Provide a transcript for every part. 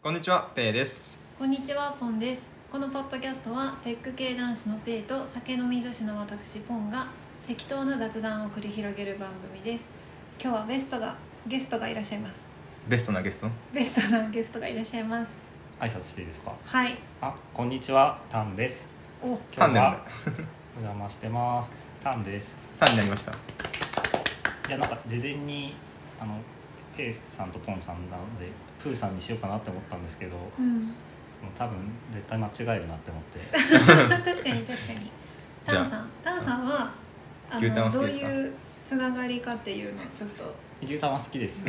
こんにちは、ペイです。 こんにちは、ポンです。このポッドキャストはテック系男子のペイと酒飲み女子の私ポンが適当な雑談を繰り広げる番組です。今日はゲストがいらっしゃいます。 ベストなゲストがいらっしゃいます。 挨拶していいですか？ はい。 こんにちは、タンです。 お、 今日はお邪魔してます。タンです。 タンになりました。 いや、なんか事前にペイさんとポンさんなのでプーさんにしようかなって思ったんですけど、その多分絶対間違えるなって思って確かにタンさんはどういうつながりかっていうのをちょっと。 牛タンは好きです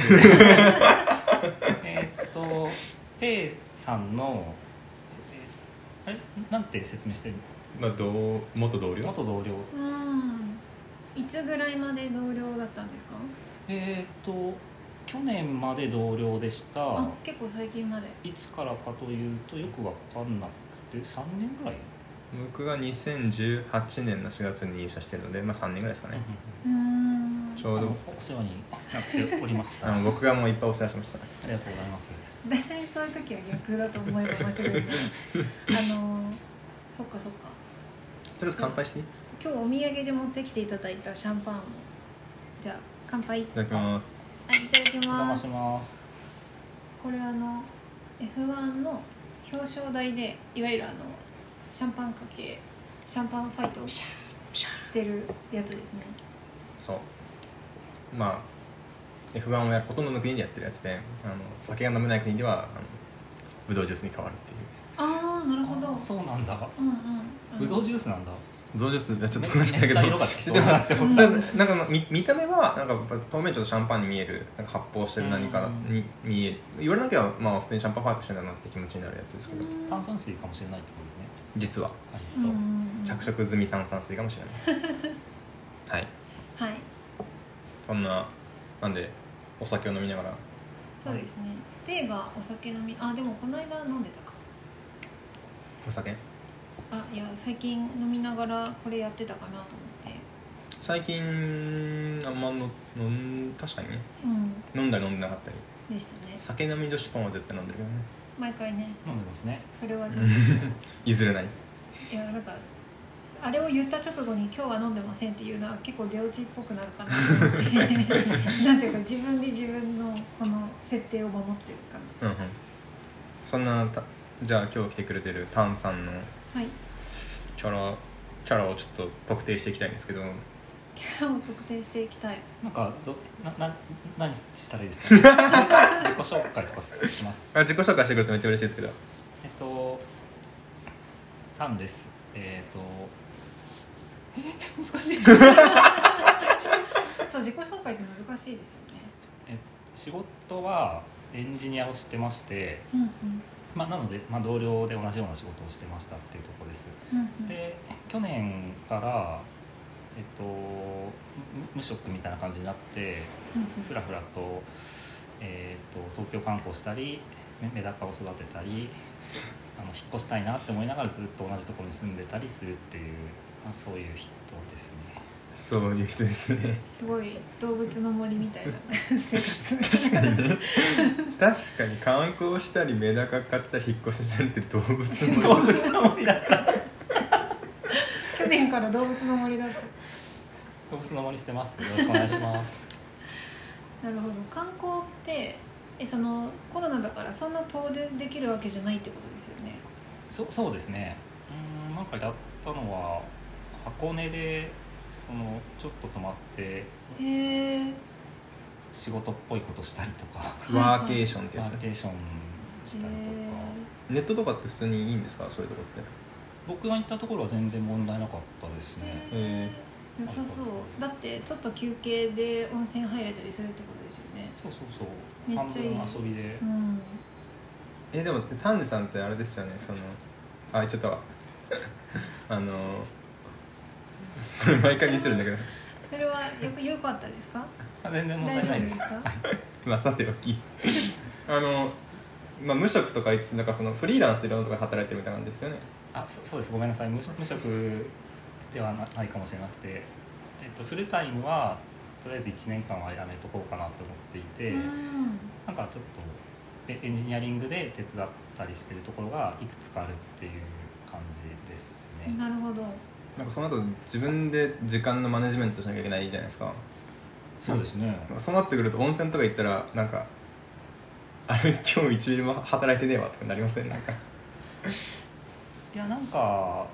ペイさんのあれなんて説明してるの？ 元同僚。 いつぐらいまで同僚だったんですか？ 去年まで同僚でした。 結構最近まで。 いつからかというとよくわかんなくて3年ぐらい。 僕が2018年の4月に入社してるので、3年ぐらいですかね。ちょうどお世話になっておりました僕がもういっぱいお世話しました。 ありがとうございます。 大体そういう時は逆だと思えば間違いないそっかとりあえず乾杯していい？ 今日お土産で持ってきていただいたシャンパンをじゃあ乾杯。いただきます。はい、いただきます。 お邪魔します。 これF1 の表彰台でいわゆるシャンパンファイトをしてるやつですね。 そう、F1 をやるほとんどの国でやってるやつで、酒が飲めない国ではブドウジュースに変わるっていう。 なるほど。 そうなんだ。ブドウジュースなんだ。 ブドウジュースちょっと詳しくないけど、 色がつきそうだなって思った。 なんか見た目はなんか透明ちょっとシャンパンに見える、なんか発泡してる何かに見える。言われなきゃ普通にシャンパンファイトしてんだなって気持ちになるやつですけど、 炭酸水かもしれないってことですね。 実は、 そう着色済み炭酸水かもしれないはいはい。 そんななんでお酒を飲みながら。 そうですね。ペイがお酒飲み、でもこの間飲んでたか。 お酒？ いや最近飲みながらこれやってたかなと思って。 最近あんま確かにね、飲んだり飲んでなかったりでしたね。 酒飲み女子パンは絶対飲んでるけどね。 毎回ね。 飲んでますね。 それはちょっと譲れない。 いやなんかあれを言った直後に今日は飲んでませんっていうのは結構出落ちっぽくなるかなと思ってなんていうか自分で自分のこの設定を守ってる感じ。 そんなじゃあ今日来てくれてるタンさんのキャラをちょっと特定していきたいんですけど。 キャラを特定していきたい。 なんか何したらいいですか、ね、自己紹介とかします。 自己紹介してくれるとめっちゃ嬉しいですけど。 タンです。難しいそう、自己紹介って難しいですよね。 仕事はエンジニアをしてまして、なので、同僚で同じような仕事をしてましたっていうところです。で、去年から無職みたいな感じになって、ふらふらと、東京観光したりメダカを育てたり引っ越したいなって思いながらずっと同じところに住んでたりするっていう、そういう人ですね。 そういう人ですね。 すごい動物の森みたいな生活。確かにね。確かに観光したりメダカ買ったり引っ越ししたりって動物の森だった去年から動物の森だった。 動物の森してます。よろしくお願いしますなるほど。観光ってコロナだからそんな遠出できるわけじゃないってことですよね。 そうですね。なんかやったのは箱根でちょっと泊まって仕事っぽいことしたりとか、 ワーケーションってやつ。 ワーケーションしたりとか。 ネットとかって普通にいいんですか、そういうとこって？ 僕が行ったところは全然問題なかったですね。 良さそう。だってちょっと休憩で温泉入れたりするってことですよね。 そうめっちゃいい。 半分遊びで。 でも丹治さんってあれですよね、言っちゃったわ毎回ミスるんだけどそれはよかったですか？ 全然問題ないです。 さておき無職とか言ってなんかフリーランスでいろんなところで働いてるみたいなんですよね。 そうです。ごめんなさい。無職ではないかもしれなくて、フルタイムはとりあえず1年間はやめとこうかなと思っていて、なんかちょっとエンジニアリングで手伝ったりしてるところがいくつかあるっていう感じですね。 なるほど。 なんかその後自分で時間のマネジメントしなきゃいけないじゃないですか。 そうですね。 そうなってくると温泉とか行ったらなんかあれ今日1ミリも働いてねえわとかなりません？なんかいやなんか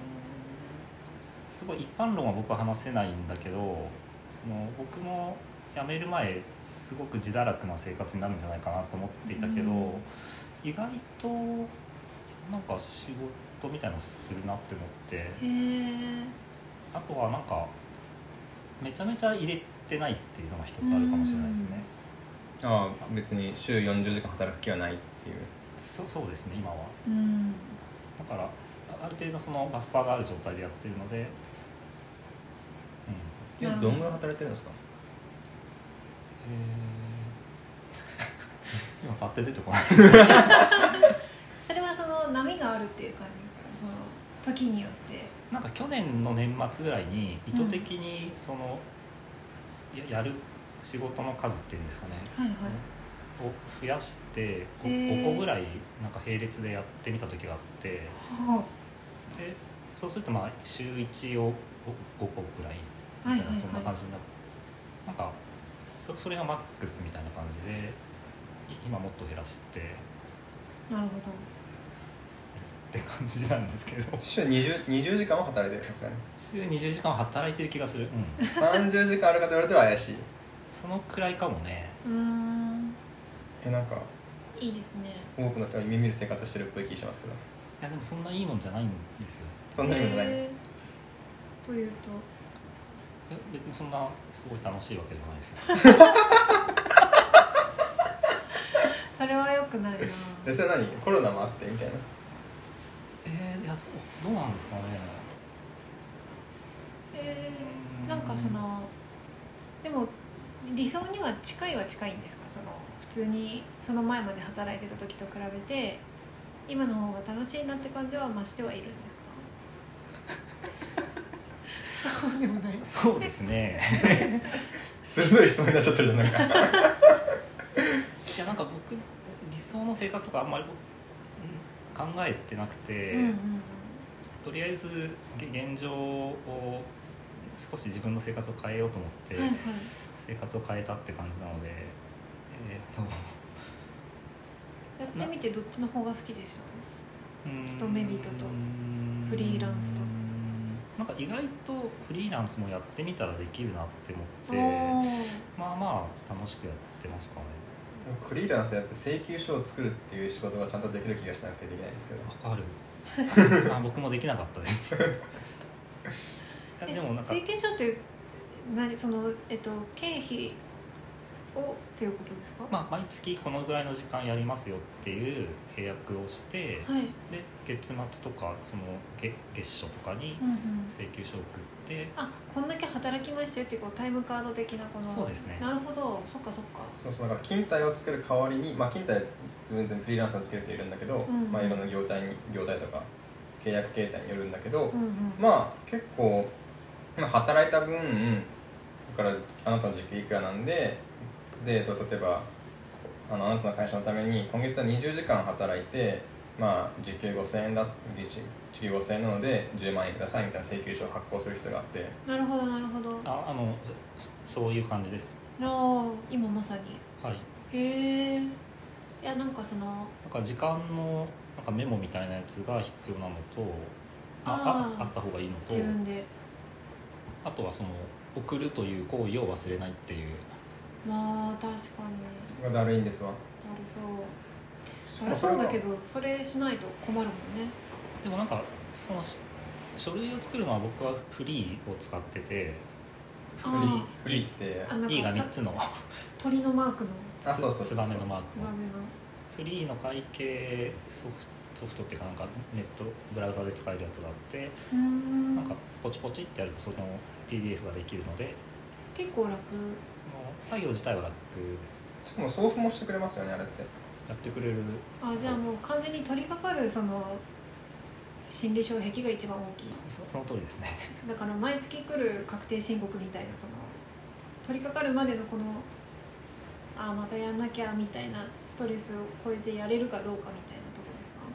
すごい一般論は僕は話せないんだけど、その僕も辞める前すごく自堕落な生活になるんじゃないかなと思っていたけど、意外となんか仕事みたいなのするなって思って、 へえ。 あとはなんかめちゃめちゃ入れてないっていうのが一つあるかもしれないですね。 ああ、別に週40時間働く気はないっていう。 そうですね今は。だからある程度そのバッファーがある状態でやってるので、 どんぐらい働いてるんですか？ 今パッて出てこないそれはその波があるっていう感じ、その時によって。 なんか去年の年末ぐらいに意図的にその、やる仕事の数っていうんですかね、 はいはい、 を増やして 5個ぐらいなんか並列でやってみた時があって、でそうするとまあ週1を5個ぐらいみたいな、そんな感じになって、なんかそれがマックスみたいな感じで今もっと減らして、 なるほどって感じなんですけど、 週 20時間は働いてるんですかね。 週20時間は働いてる気がする、 30時間あるかと言われたら怪しい。 そのくらいかもね。 なんかいいですね。 多くの人が夢見る生活してるっぽい気しますけど。いやでもそんないいもんじゃないんですよ。 そんないいもんじゃない、 というと別にそんなすごい楽しいわけじゃないですよそれは良くないな。 それは何？コロナもあってみたいな。 いやどうなんですかね。 なんかそのでも理想には近いんですか？その普通にその前まで働いてた時と比べて今の方が楽しいなって感じは増してはいるんですか？そうでもない。 そうですね鋭い質問になっちゃってるじゃないかいやなんか僕理想の生活とかあんまり考えてなくて、とりあえず現状を少し自分の生活を変えようと思って、生活を変えたって感じなので、 やってみてどっちの方が好きでした？勤め人とフリーランスと。 なんか意外とフリーランスもやってみたらできるなって思って、まあ楽しくやってますかね。 フリーランスやって請求書を作るっていう仕事がちゃんとできる気がしなくてできないんですけど。 わかる僕もできなかったですでもなんか請求書ってその経費をっていうことですか？ 毎月このぐらいの時間やりますよっていう契約をして、で月末とかその月初とかに請求書を送って、 こんだけ働きましたよっていうタイムカード的なこの。 そうですね。 なるほど、そっか。 だから勤怠をつける代わりに、勤怠全然フリーランスをつける人いるんだけど、いろんな業態とか契約形態によるんだけど、結構、働いた分だからあなたの時給いくらなんで、例えばあなたの会社のために今月は20時間働いて、時給5000円時給5000円なので10万円くださいみたいな請求書を発行する必要があって。 なるほど。 そういう感じです。 今まさに。へえ。いやなんか時間のなんかメモみたいなやつが必要なのと、あった方がいいのと、 自分であとはその送るという行為を忘れないっていう。 確かにだるいんですわ。 だるそうだけど、それしないと困るもんね。 でもなんかその書類を作るのは僕はフリーを使ってて、 フリーって E が3つの鳥のマークのツバメのマークのフリーの会計ソフトっていうか、なんかネットブラウザで使えるやつがあって、なんかポチポチってやるとその PDF ができるので結構楽。 その作業自体は楽です。 しかも送付もしてくれますよね、あれって。 やってくれる。 じゃあもう完全に取り掛かるその心理障壁が一番大きい。 その通りですね。 だから毎月来る確定申告みたいな、その取り掛かるまでのこのまたやんなきゃみたいなストレスを超えてやれるかどうかみたいなとこ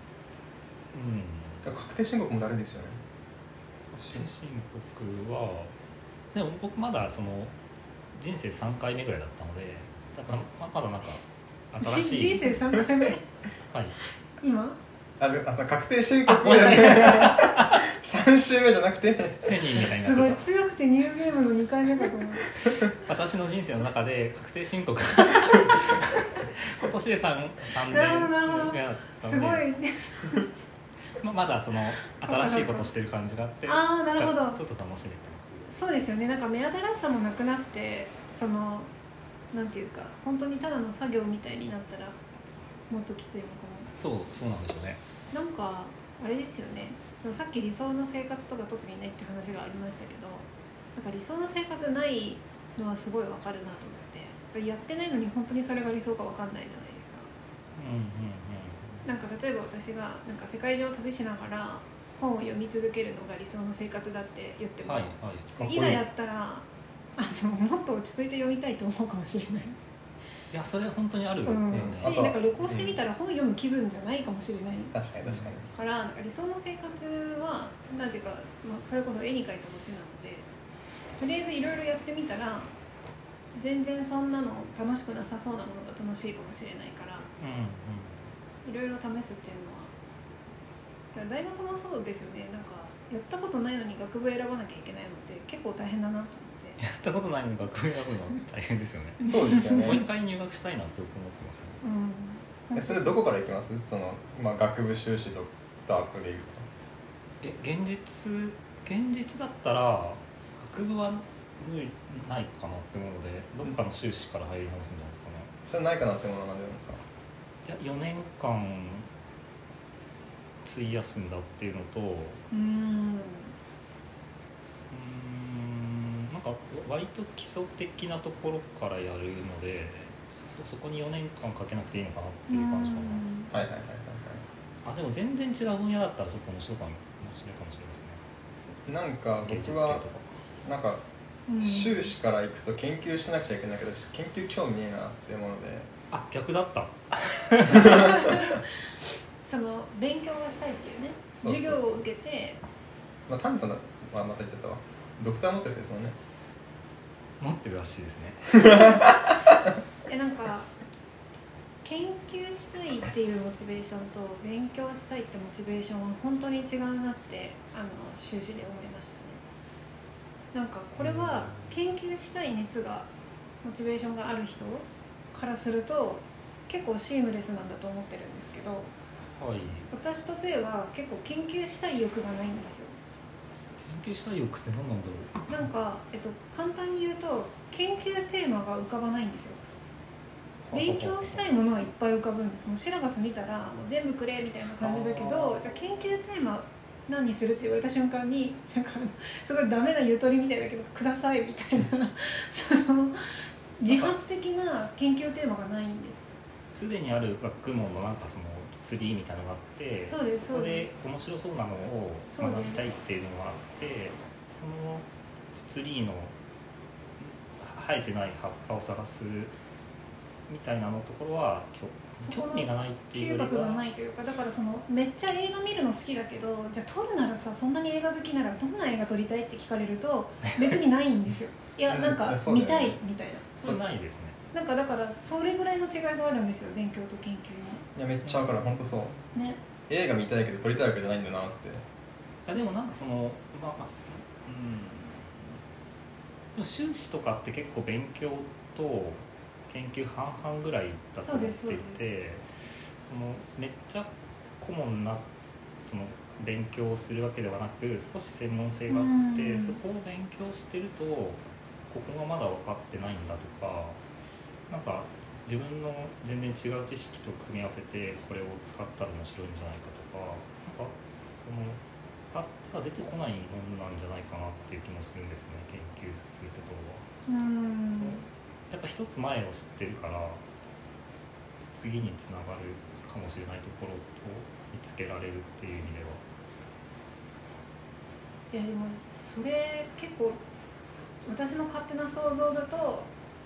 ろですか？ 確定申告もだるいですよね。 確定申告はでも僕まだその人生3回目ぐらいだったのでまだなんか新しい人生3回目はい今確定申告をやる3週目じゃなくて 1000人みたいなすごい強くてニューゲームの2回目かと思う私の人生の中で確定申告今年で3年目だったのですごいまだその新しいことしてる感じがあってなるほどちょっと楽しめてます。 そうですよね。なんか目新しさもなくなってそのなんていうか本当にただの作業みたいになったらもっときついのかな。 そうなんでしょうね。 なんかあれですよね。さっき理想の生活とか特にないって話がありましたけど、なんか理想の生活ないのはすごいわかるなと思って、やってないのに本当にそれが理想かわかんないじゃないですか。なんか例えば私がなんか世界中を旅しながら本を読み続けるのが理想の生活だって言っても、いざやったらもっと落ち着いて読みたいと思うかもしれない。 いやそれ本当にあるよね。 なんか旅行してみたら本読む気分じゃないかもしれない。 確かにからなんか理想の生活はなんていうか、それこそ絵に描いた餅なので、とりあえずいろいろやってみたら全然そんなの楽しくなさそうなものが楽しいかもしれないから、いろいろ試すっていうのは大学もそうですよね。なんかやったことないのに学部選ばなきゃいけないのって結構大変だなと思って。 やったことないのに学部選ぶのは大変ですよね。 そうですよね。 もう一回入学したいなって思ってますね。 それどこから行きます？その学部修士とダークでいうと。現実だったら学部はないかなって思うので、どっかの修士から入り直すんじゃないですかね。 それないかなってものは何でなんですか？ いや4年間費やすんだっていうのと、なんか割と基礎的なところからやるので、そこに4年間かけなくていいのかなっていう感じかな。でも全然違う分野だったらちょっと面白いかもしれないですね。 なんか僕はなんか修士から行くと研究しなくちゃいけないけど、研究興味ねえなって思うので。 逆だったその勉強がしたいっていうね、授業を受けて、 タミさんはまた言っちゃったわ。ドクター持ってる人ですもんね。 持ってるらしいですね。 なんか研究したいっていうモチベーションと勉強したいってモチベーションは本当に違うなって修士で思いましたね。なんかこれは研究したい熱がモチベーションがある人からすると結構シームレスなんだと思ってるんですけど、私とペイは結構研究したい欲がないんですよ。 研究したい欲って何なんだろう。 なんか、簡単に言うと研究テーマが浮かばないんですよ。勉強したいものはいっぱい浮かぶんです。もうシラバス見たらもう全部くれみたいな感じだけど、じゃあ研究テーマ何にするって言われた瞬間になんかすごいダメなゆとりみたいだけどくださいみたいなその自発的な研究テーマがないんです。 すでにある学問のなんかそのツリーみたいなのがあって、そこで面白そうなのを学びたいっていうのがあって、そのツリーの生えてない葉っぱを探すみたいなのところは興味がないっていうよりは、 嗅覚がないというか、だからそのめっちゃ映画見るの好きだけど、じゃあ撮るならさ、そんなに映画好きならどんな映画撮りたいって聞かれると別にないんですよ。いやなんか見たいみたいな。 それないですね。 なんかだからそれぐらいの違いがあるんですよ、勉強と研究に。 いやめっちゃ分かる、本当そうね。映画見たいけど撮りたいわけじゃないんだなって。 いやでもなんかそのでも修士とかって結構勉強と研究半々ぐらいだと思っていて、そのめっちゃ顧問なその勉強をするわけではなく、少し専門性があって、そこを勉強してるとここがまだ分かってないんだとか、なんか自分の全然違う知識と組み合わせてこれを使ったら面白いんじゃないかとか、なんかそのパッとが出てこないもんなんじゃないかなっていう気もするんですよね、研究するところは。やっぱ一つ前を知ってるから次につながるかもしれないところを見つけられるっていう意味では。 いやでもそれ結構私の勝手な想像だと、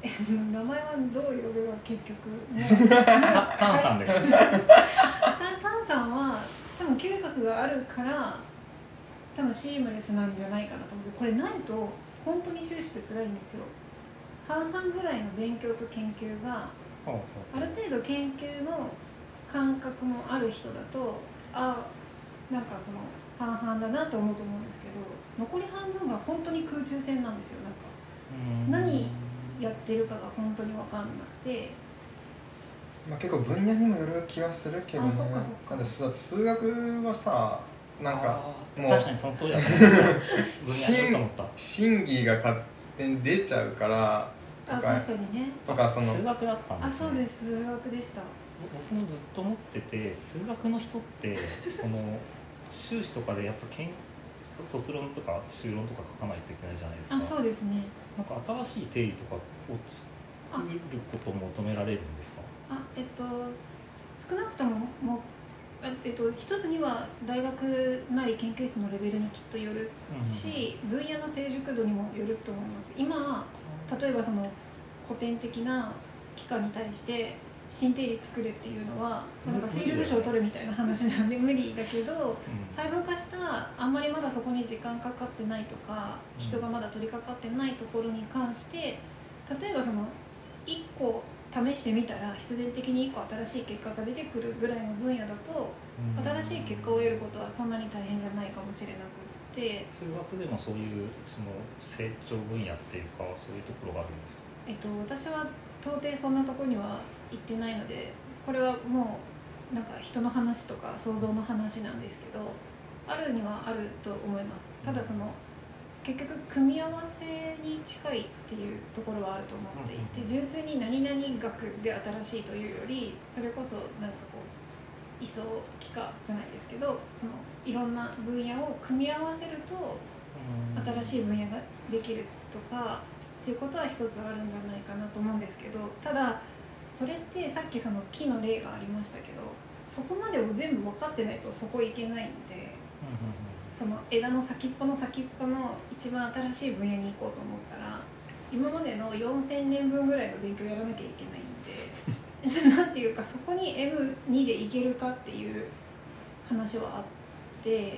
名前はどう呼べば結局タンさんです。 タンさんは多分嗅覚があるから多分シームレスなんじゃないかなと思って、これないと本当に修士って辛いんですよ。半々ぐらいの勉強と研究がある程度研究の感覚もある人だとなんかその半々だなと思うと思うんですけど、残り半分が本当に空中戦なんですよ。なんか何やってるかが本当に分かんなくて、 まあ、結構分野にもよる気はするけどね。 そっかだって数学はさ、なんかもう確かにその通りだと思いました。分野によると思った。 真偽が勝手に出ちゃうからとか、 確かにね。 とかその数学だったんですね。 そうです、数学でした。 僕もずっと思ってて、数学の人ってその修士とかでやっぱ卒論とか修論とか書かないといけないじゃないですか。 そうですね。 なんか新しい定理とかを作ることを求められるんですか？ 少なくとも一つには大学なり研究室のレベルにきっとよるし、分野の成熟度にもよると思います。今例えばその古典的な機関に対して新定理作れっていうのはなんかフィールズ賞を取るみたいな話なんで無理だけど、細分化したあんまりまだそこに時間かかってないとか、人がまだ取り掛かってないところに関して、例えばその1個試してみたら必然的に1個新しい結果が出てくるぐらいの分野だと、新しい結果を得ることはそんなに大変じゃないかもしれなくて。 数学でもそういうその成長分野っていうか、そういうところがあるんですか？ 私は到底そんなところには行ってないので、これはもうなんか人の話とか想像の話なんですけど、あるにはあると思います。ただその結局組み合わせに近いっていうところはあると思っていて、純粋に何々学で新しいというより、それこそなんかこう位相幾何じゃないですけど、そのいろんな分野を組み合わせると新しい分野ができるとかっていうことは一つあるんじゃないかなと思うんですけど、ただそれってさっきその木の例がありましたけど、そこまでを全部分かってないとそこ行けないんで、その枝の先っぽの先っぽの一番新しい分野に行こうと思ったら、今までの4000年分ぐらいの勉強やらなきゃいけないんでなんていうか、そこに M2 でいけるかっていう話はあって、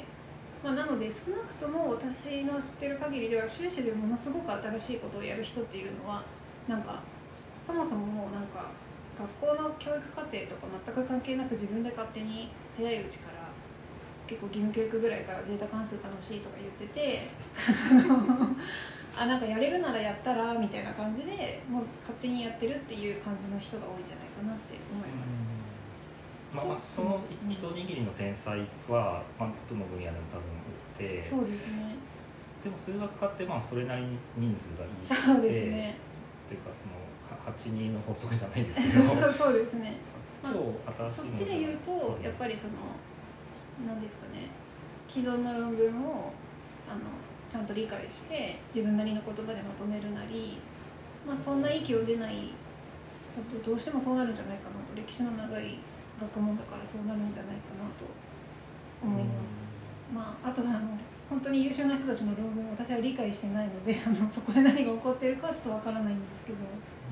なので少なくとも私の知ってる限りでは、修士でものすごく新しいことをやる人っていうのはなんかそもそももうなんか学校の教育課程とか全く関係なく、自分で勝手に早いうちから結構義務教育ぐらいからゼータ関数楽しいとか言っててなんかやれるならやったらみたいな感じでもう勝手にやってるっていう感じの人が多いんじゃないかなって思います。 その一握りの天才は、どの分野でも多分いて、 そうですね。 でも数学科ってそれなりに人数がいいそうですね。 というかその8-2の法則じゃないですけどそうですね。 超新しいそっちで言うとやっぱりその何ですかね、既存の論文をちゃんと理解して自分なりの言葉でまとめるなり、そんな息を出ないどうしてもそうなるんじゃないかなと、歴史の長い学問だからそうなるんじゃないかなと思います。あとは本当に優秀な人たちの論文を私は理解してないのでそこで何が起こってるかはちょっとわからないんですけど、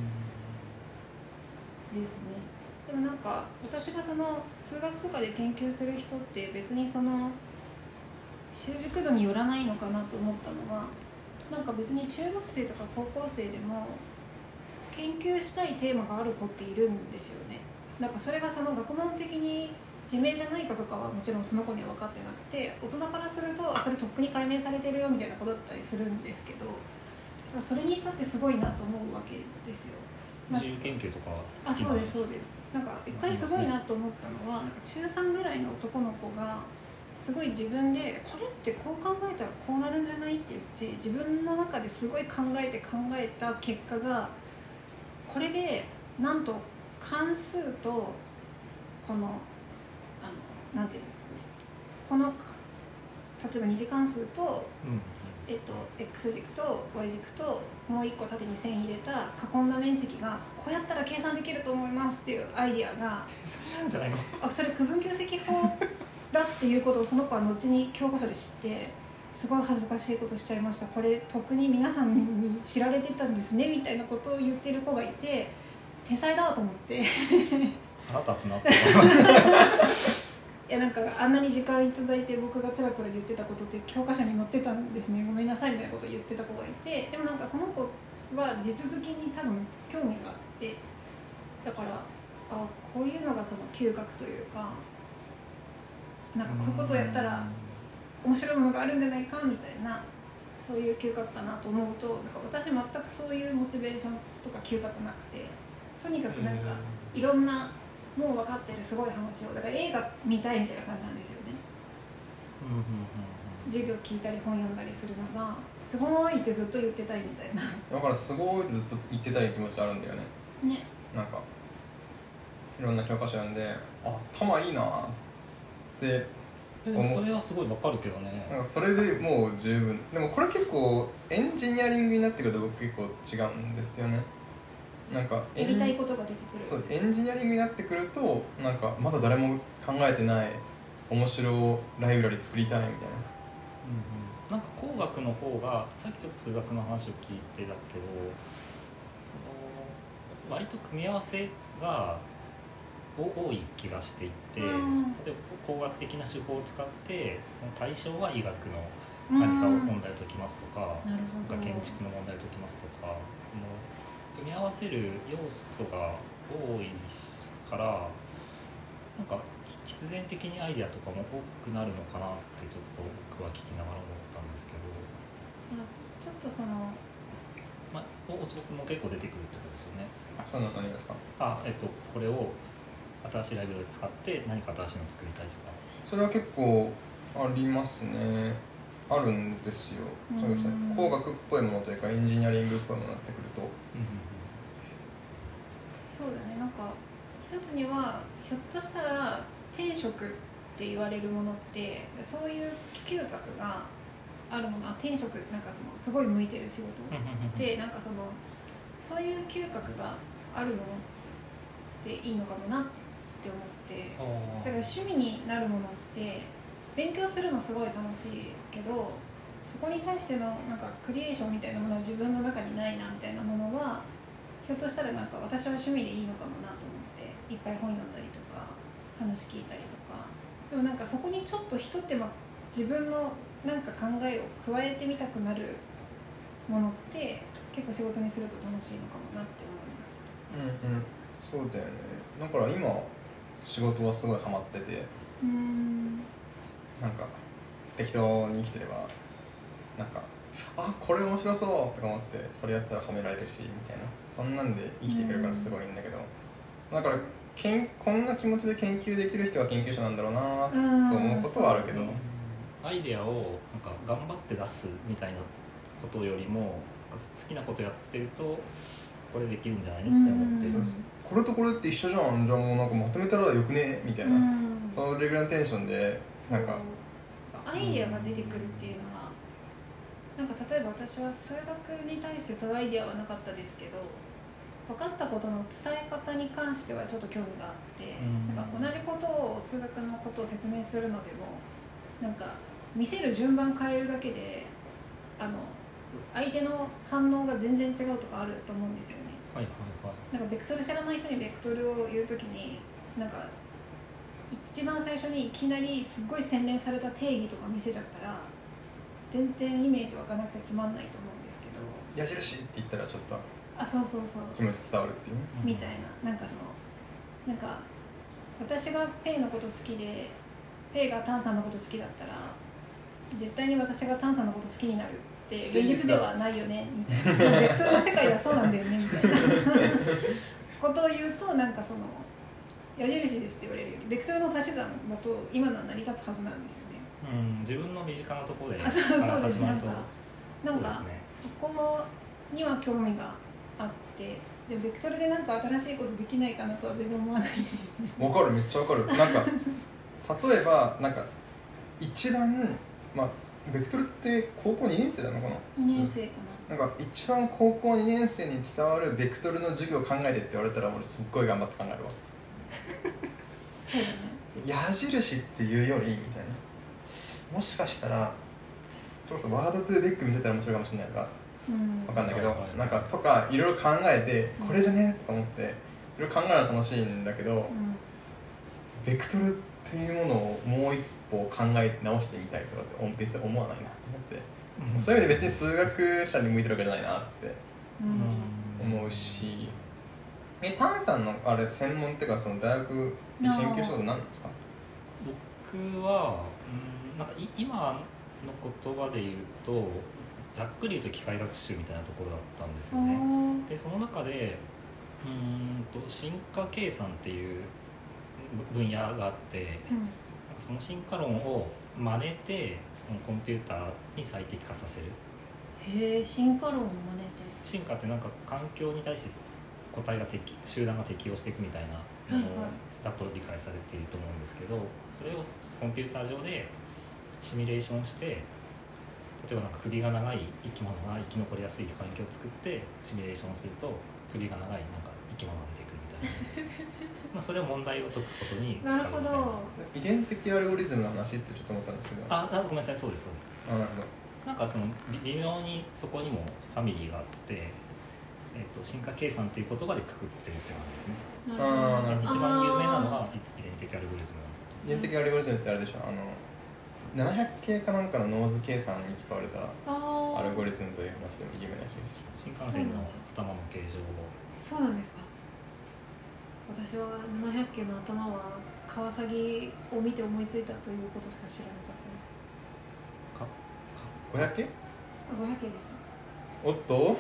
ですね。でもなんか私がその数学とかで研究する人って別にその習熟度によらないのかなと思ったのは、なんか別に中学生とか高校生でも研究したいテーマがある子っているんですよね。なんかそれがその学問的に自明じゃないかとかはもちろんその子には分かってなくて、大人からするとそれとっくに解明されてるよみたいなことだったりするんですけど、それにしたってすごいなと思うわけですよ。 自由研究とか好きな。 そうですそうです。なんか一回すごいなと思ったのは、なんか中3ぐらいの男の子がすごい自分でこれってこう考えたらこうなるんじゃないって言って、自分の中ですごい考えた結果が、これでなんと関数とこのなんていうんですかね、この例えば二次関数と、X 軸と Y 軸ともう一個縦に線入れた囲んだ面積がこうやったら計算できると思いますっていうアイディアが、 それなんじゃないの？ それ区分級積法だっていうことをその子は後に教科書で知って、 すごい恥ずかしいことしちゃいました、これ特に皆さんに知られてたんですねみたいなことを言ってる子がいて、天才だと思って腹立つなって思いましたいやなんかあんなに時間いただいて僕がつらつら言ってたことって教科書に載ってたんですね、ごめんなさいみたいなことを言ってた子がいて、でもなんかその子は地続きに多分興味があって、だからこういうのがその嗅覚というか、なんかこういうことをやったら面白いものがあるんじゃないかみたいな、そういう嗅覚かなと思うと、なんか私全くそういうモチベーションとか嗅覚なくて、とにかくなんかいろんなもう分かってるすごい話を、だから映画見たいみたいな感じなんですよね。授業聞いたり本読んだりするのがすごいってずっと言ってたいみたいな。 だからすごいってずっと言ってたい気持ちあるんだよね。 ね。 なんかいろんな教科書読んで頭いいなってでもそれはすごいわかるけどね。 なんかそれでもう十分。でもこれ結構エンジニアリングになってくると僕結構違うんですよね。なんかやりたいことが出てくる。 そう、エンジニアリングになってくるとなんかまだ誰も考えてない面白ライブラリ作りたいみたいな。 なんか工学の方がさっきちょっと数学の話を聞いてたけど、その割と組み合わせが多い気がしていて、例えば工学的な手法を使ってその対象は医学の何かを問題を解きますとか、建築の問題を解きますとか、その組み合わせる要素が多いからなんか必然的にアイデアとかも多くなるのかなってちょっと僕は聞きながら思ったんですけど、 ちょっとその大坪も結構出てくるってことですよね。 そういうの何ですか？ これを新しいライブラリを使って何か新しいのを作りたいとか。 それは結構ありますね。あるんですよ。そうですね。工学っぽいものというかエンジニアリングっぽいものになってくると、 そうだね。なんか一つにはひょっとしたら転職って言われるものってそういう嗅覚があるもの、転職なんかそのすごい向いてる仕事でなんかそういう嗅覚があるものっていいのかもなって思って、だから趣味になるものって勉強するのすごい楽しいけど、そこに対してのなんかクリエーションみたいなものは自分の中にないなみたいなものはひょっとしたらなんか私は趣味でいいのかもなと思っていっぱい本読んだりとか話聞いたりとか、でもなんかそこにちょっと一手間自分のなんか考えを加えてみたくなるものって結構仕事にすると楽しいのかもなって思いました。 そうだよね。だから今仕事はすごいハマってて、なんか適当に生きてればなんかこれ面白そうとか思ってそれやったら褒められるしみたいな、そんなんで生きていけるからすごいんだけど、だからこんな気持ちで研究できる人が研究者なんだろうなと思うことはあるけど、 アイデアをなんか頑張って出すみたいなことよりも好きなことやってるとこれできるんじゃないのって思ってる。 これとこれって一緒じゃん、じゃあもうなんかまとめたらよくねみたいな、それぐらいのテンションでなんかアイデアが出てくるっていうのは、なんか例えば私は数学に対してそういうアイデアはなかったですけど、分かったことの伝え方に関してはちょっと興味があって、なんか同じことを数学のことを説明するのでもなんか見せる順番変えるだけで相手の反応が全然違うとかあると思うんですよね。なんかベクトル知らない人にベクトルを言うときになんか一番最初にいきなりすごい洗練された定義とか見せちゃったら全然イメージ湧かなくてつまんないと思うんですけど、 矢印って言ったらちょっとそう気持ち伝わるっていうね、 みたいな、なんかなんか私がペイのこと好きでペイがタンさんのこと好きだったら絶対に私がタンさんのこと好きになるって現実ではないよねみたいな、ベクトルの世界ではそうなんだよねみたいなことを言うと、なんか矢印ですって言われるよりベクトルの足し算だと今のは成り立つはずなんですよね。 自分の身近なところでから始まるとなんかそこには興味があって、でベクトルでなんか新しいことできないかなとは全然思わない。 わかる、めっちゃわかる。なんか例えばなんか一番ベクトルって高校2年生なのかな。 2年生かな。なんか一番高校2年生に伝わるベクトルの授業を考えてって言われたら俺すっごい頑張って考えるわ。 そうだね。 矢印っていうよりみたいな、もしかしたらそれこそワードトゥーデック見せたら面白いかもしれないとか分かんないけど、なんかとかいろいろ考えてこれじゃねとか思っていろいろ考えるの楽しいんだけど、ベクトルっていうものをもう一歩考え直してみたいとかって別に思わないなと思って、そういう意味で別に数学者に向いてるわけじゃないなって思うし、タンさんのあれ専門っていうかその大学で研究したこと何なんですか？ 僕はなんか今の言葉で言うとざっくり言うと機械学習みたいなところだったんですよね。でその中で進化計算っていう分野があって、なんかその進化論を真似てそのコンピューターに最適化させる。 へえ、進化論を真似て。 進化ってなんか環境に対して集団が適応していくみたいなものだと理解されていると思うんですけど、それをコンピューター上でシミュレーションして、例えばなんか首が長い生き物が生き残りやすい環境を作ってシミュレーションすると首が長いなんか生き物が出てくるみたいなまあそれを問題を解くことに使うみたいな。 なるほど。 遺伝的アルゴリズムの話ってちょっと思ったんですけど、 ごめんなさい、そうですそうです。 なるほど。 なんかその微妙にそこにもファミリーがあって、進化計算っていう言葉でくくってるって感じですね。一番有名なのは遺伝的アルゴリズム。 遺伝的アルゴリズムってあれでしょ、700系かなんかのノーズ計算に使われたアルゴリズムという話でも有名な気がする。 新幹線の頭の形状を。 そうなんですか。私は700系の頭は川崎を見て思いついたということしか知らなかったです。 500系 ？500系でした。 おっと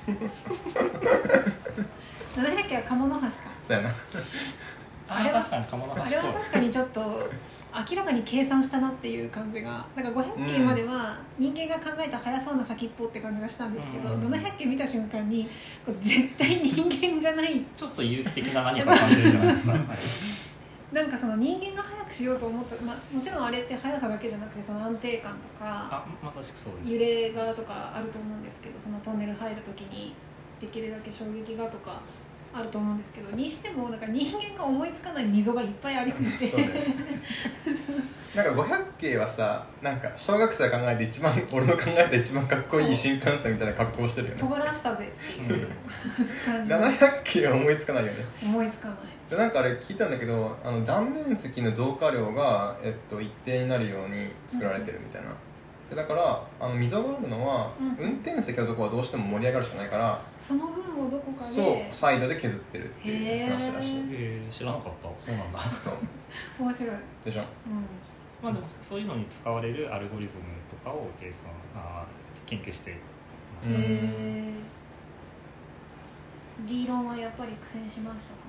700系は鴨の橋か。 そうやな。 あれは確かに鴨の橋。 あれは確かにちょっと明らかに計算したなっていう感じが、だから500系までは人間が考えた速そうな先っぽって感じがしたんですけど、700系見た瞬間にこれ絶対人間じゃない、 ちょっと有機的な何か感じるじゃないですかなんかその人間が速くしようと思った、もちろんあれって速さだけじゃなくてその安定感とかまさしくそうです。 揺れがとかあると思うんですけど、そのトンネル入るときにできるだけ衝撃がとかあると思うんですけど、にしてもなんか人間が思いつかない溝がいっぱいありすぎてそうですなんか500系はさ、なんか小学生が考えて一番俺の考えた一番かっこいい新幹線みたいな格好をしてるよね。 尖らしたぜっていう感じ。 700系は思いつかないよね。 思いつかない。 でなんかあれ聞いたんだけど、断面積の増加量が、一定になるように作られてるみたいな。でだから溝があるのは、運転席のところはどうしても盛り上がるしかないから、 その分をどこかでそうサイドで削ってるっていう話らしい。 知らなかった。そうなんだ面白いでしょ。 まあでもそういうのに使われるアルゴリズムとかを研究してました。 理論はやっぱり苦戦しましたか？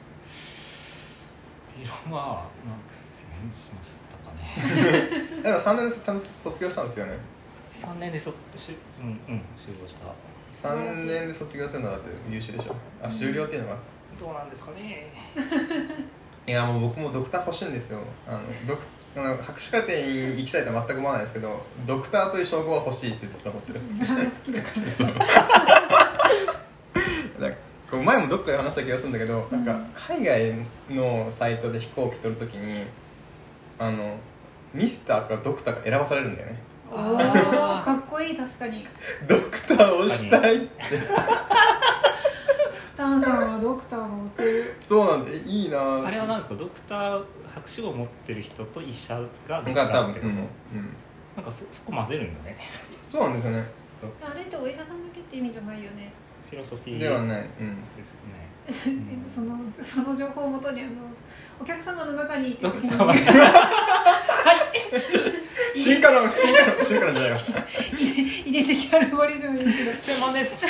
理論は苦戦しましたかねだから3年でちゃんと卒業したんですよね。 3年で終了した。 3年で卒業するのだって優秀でしょ。終了っていうのがどうなんですかねいやもう僕もドクター欲しいんですよ。博士課程に行きたいとは全く思わないですけど、ドクターという称号は欲しいってずっと思ってる。 ブランド好きだからそう前もどっかで話した気がするんだけど、なんか海外のサイトで飛行機取るときにミスターかドクターが選ばされるんだよね。 かっこいい。確かにドクターをしたいってタンさんはドクターが押せる。 そうなんでいいな。 あれは何ですか？ドクター博士号を持ってる人と医者がドクターってこと、なんかそこ混ぜるんだね。 そうなんですよね。 あれってお医者さんだけって意味じゃないよね。 フィロソフィーではない、 ですよね。 その情報をもとにお客様の中にドクターは進化論じゃないよ遺伝的アルゴリズムですけど専門です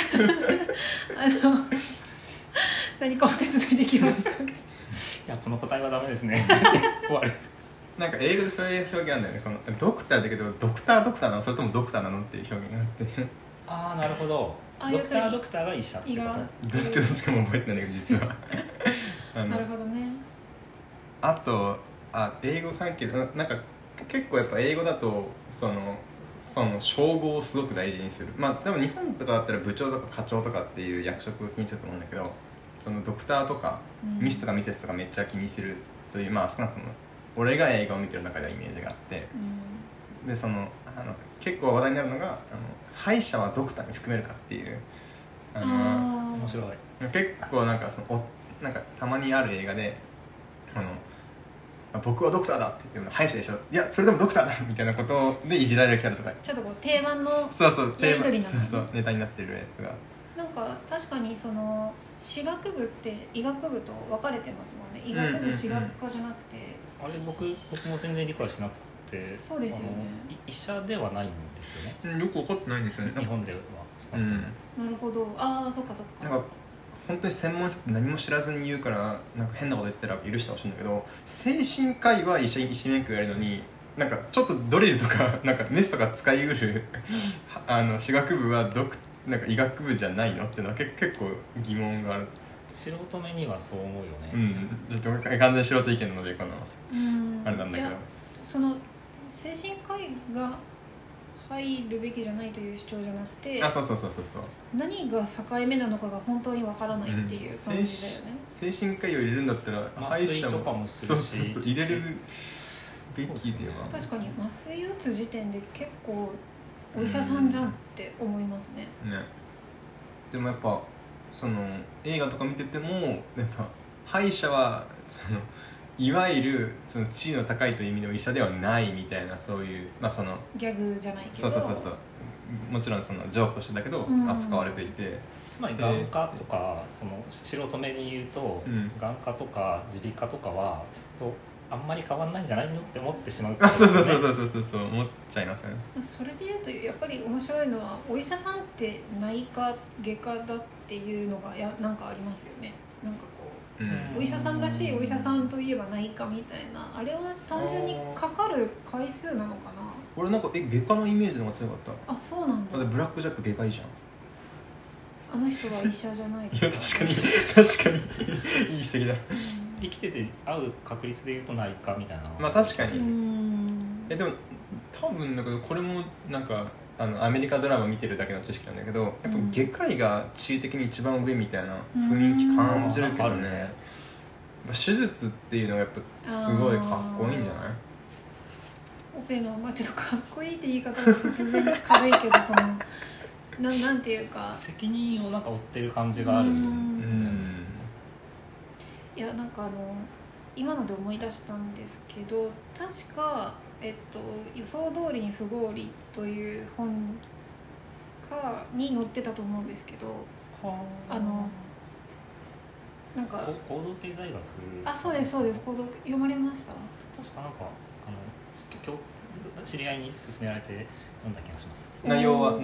何かお手伝いできますか？いやこの答えはダメですね終わる。 なんか英語でそういう表現あるんだよね。このドクターだけどドクターなのそれともドクターなのっていう表現があってなるほど。ドクターが医者ってこと。どっちかも覚えてないんだけど実はなるほどね。 あと英語関係でなんか結構やっぱ英語だとその称号をすごく大事にする。でも日本とかだったら部長とか課長とかっていう役職を気にすると思うんだけど、そのドクターとかミスとかミセスとかめっちゃ気にするという、少なくとも俺が映画を見てる中ではイメージがあって、 で結構話題になるのが歯医者はドクターに含めるかっていう面白い。 結構なんかなんかたまにある映画で僕はドクターだって言って歯医者でしょ、いやそれでもドクターだみたいなことでいじられるキャラとか、 ちょっとこう定番の定番ネタになってるやつがなんか確かに歯学部って医学部と分かれてますもんね。医学部歯学科じゃなくて、 あれ僕も全然理解しなくて。 そうですよね。 医者ではないんですよね。 よく分かってないんですよね、 日本では少なくとも。 なるほど。ああ、そっかそっか。 なんか本当に専門家って何も知らずに言うからなんか変なこと言ったら許してほしいんだけど、精神科医は医師免許やるのになんかちょっとドリルとかなんかメスとか使いうる歯学部はなんか医学部じゃないのっていうのは結構疑問がある。 素人目にはそう思うよね。 ちょっと完全素人意見なのであれなんだけど、 精神科医が入るべきじゃないという主張じゃなくて、 そう何が境目なのかが本当にわからないっていう感じだよね。 精神科医を入れるんだったら麻酔とかもするし、 入れるべきでは。 確かに麻酔打つ時点で結構お医者さんじゃんって思いますね。 でもやっぱ映画とか見ててもやっぱ歯医者はいわゆる地位の高いという意味でも医者ではないみたいな、そういうギャグじゃないけど、 そうもちろんジョークとしてだけど扱われていて、 つまり眼科とか素人目に言うと、眼科とか耳鼻科とかはあんまり変わんないんじゃないのって思ってしまう、 そう思っちゃいますよね。 それでいうとやっぱり面白いのはお医者さんって内科外科だっていうのがなんかありますよね。なんかこう、お医者さんらしいお医者さんといえば内科みたいな、あれは単純にかかる回数なのかな。 俺なんか外科のイメージの方が強かった。 あ、そうなんだ。 だってブラックジャック外科医じゃん。 あの人は医者じゃないですか、 いや確かにいい指摘だ。 生きてて会う確率でいうと内科みたいな。 まあ確かに。でも多分だけどこれもなんかアメリカドラマ見てるだけの知識なんだけど、やっぱ外科医が地位的に一番上みたいな雰囲気感じるけどね。手術っていうのがやっぱすごいかっこいいんじゃない？ オペのちょっとかっこいいって言い方が突然軽いけどなんていうか責任をなんか負ってる感じがある。 いやなんか今ので思い出したんですけど、確か予想通りに不合理という本に載ってたと思うんですけど、なんか行動経済学。 そうです行動読まれました？ 確かなんか今日知り合いに勧められて読んだ気がします。 内容は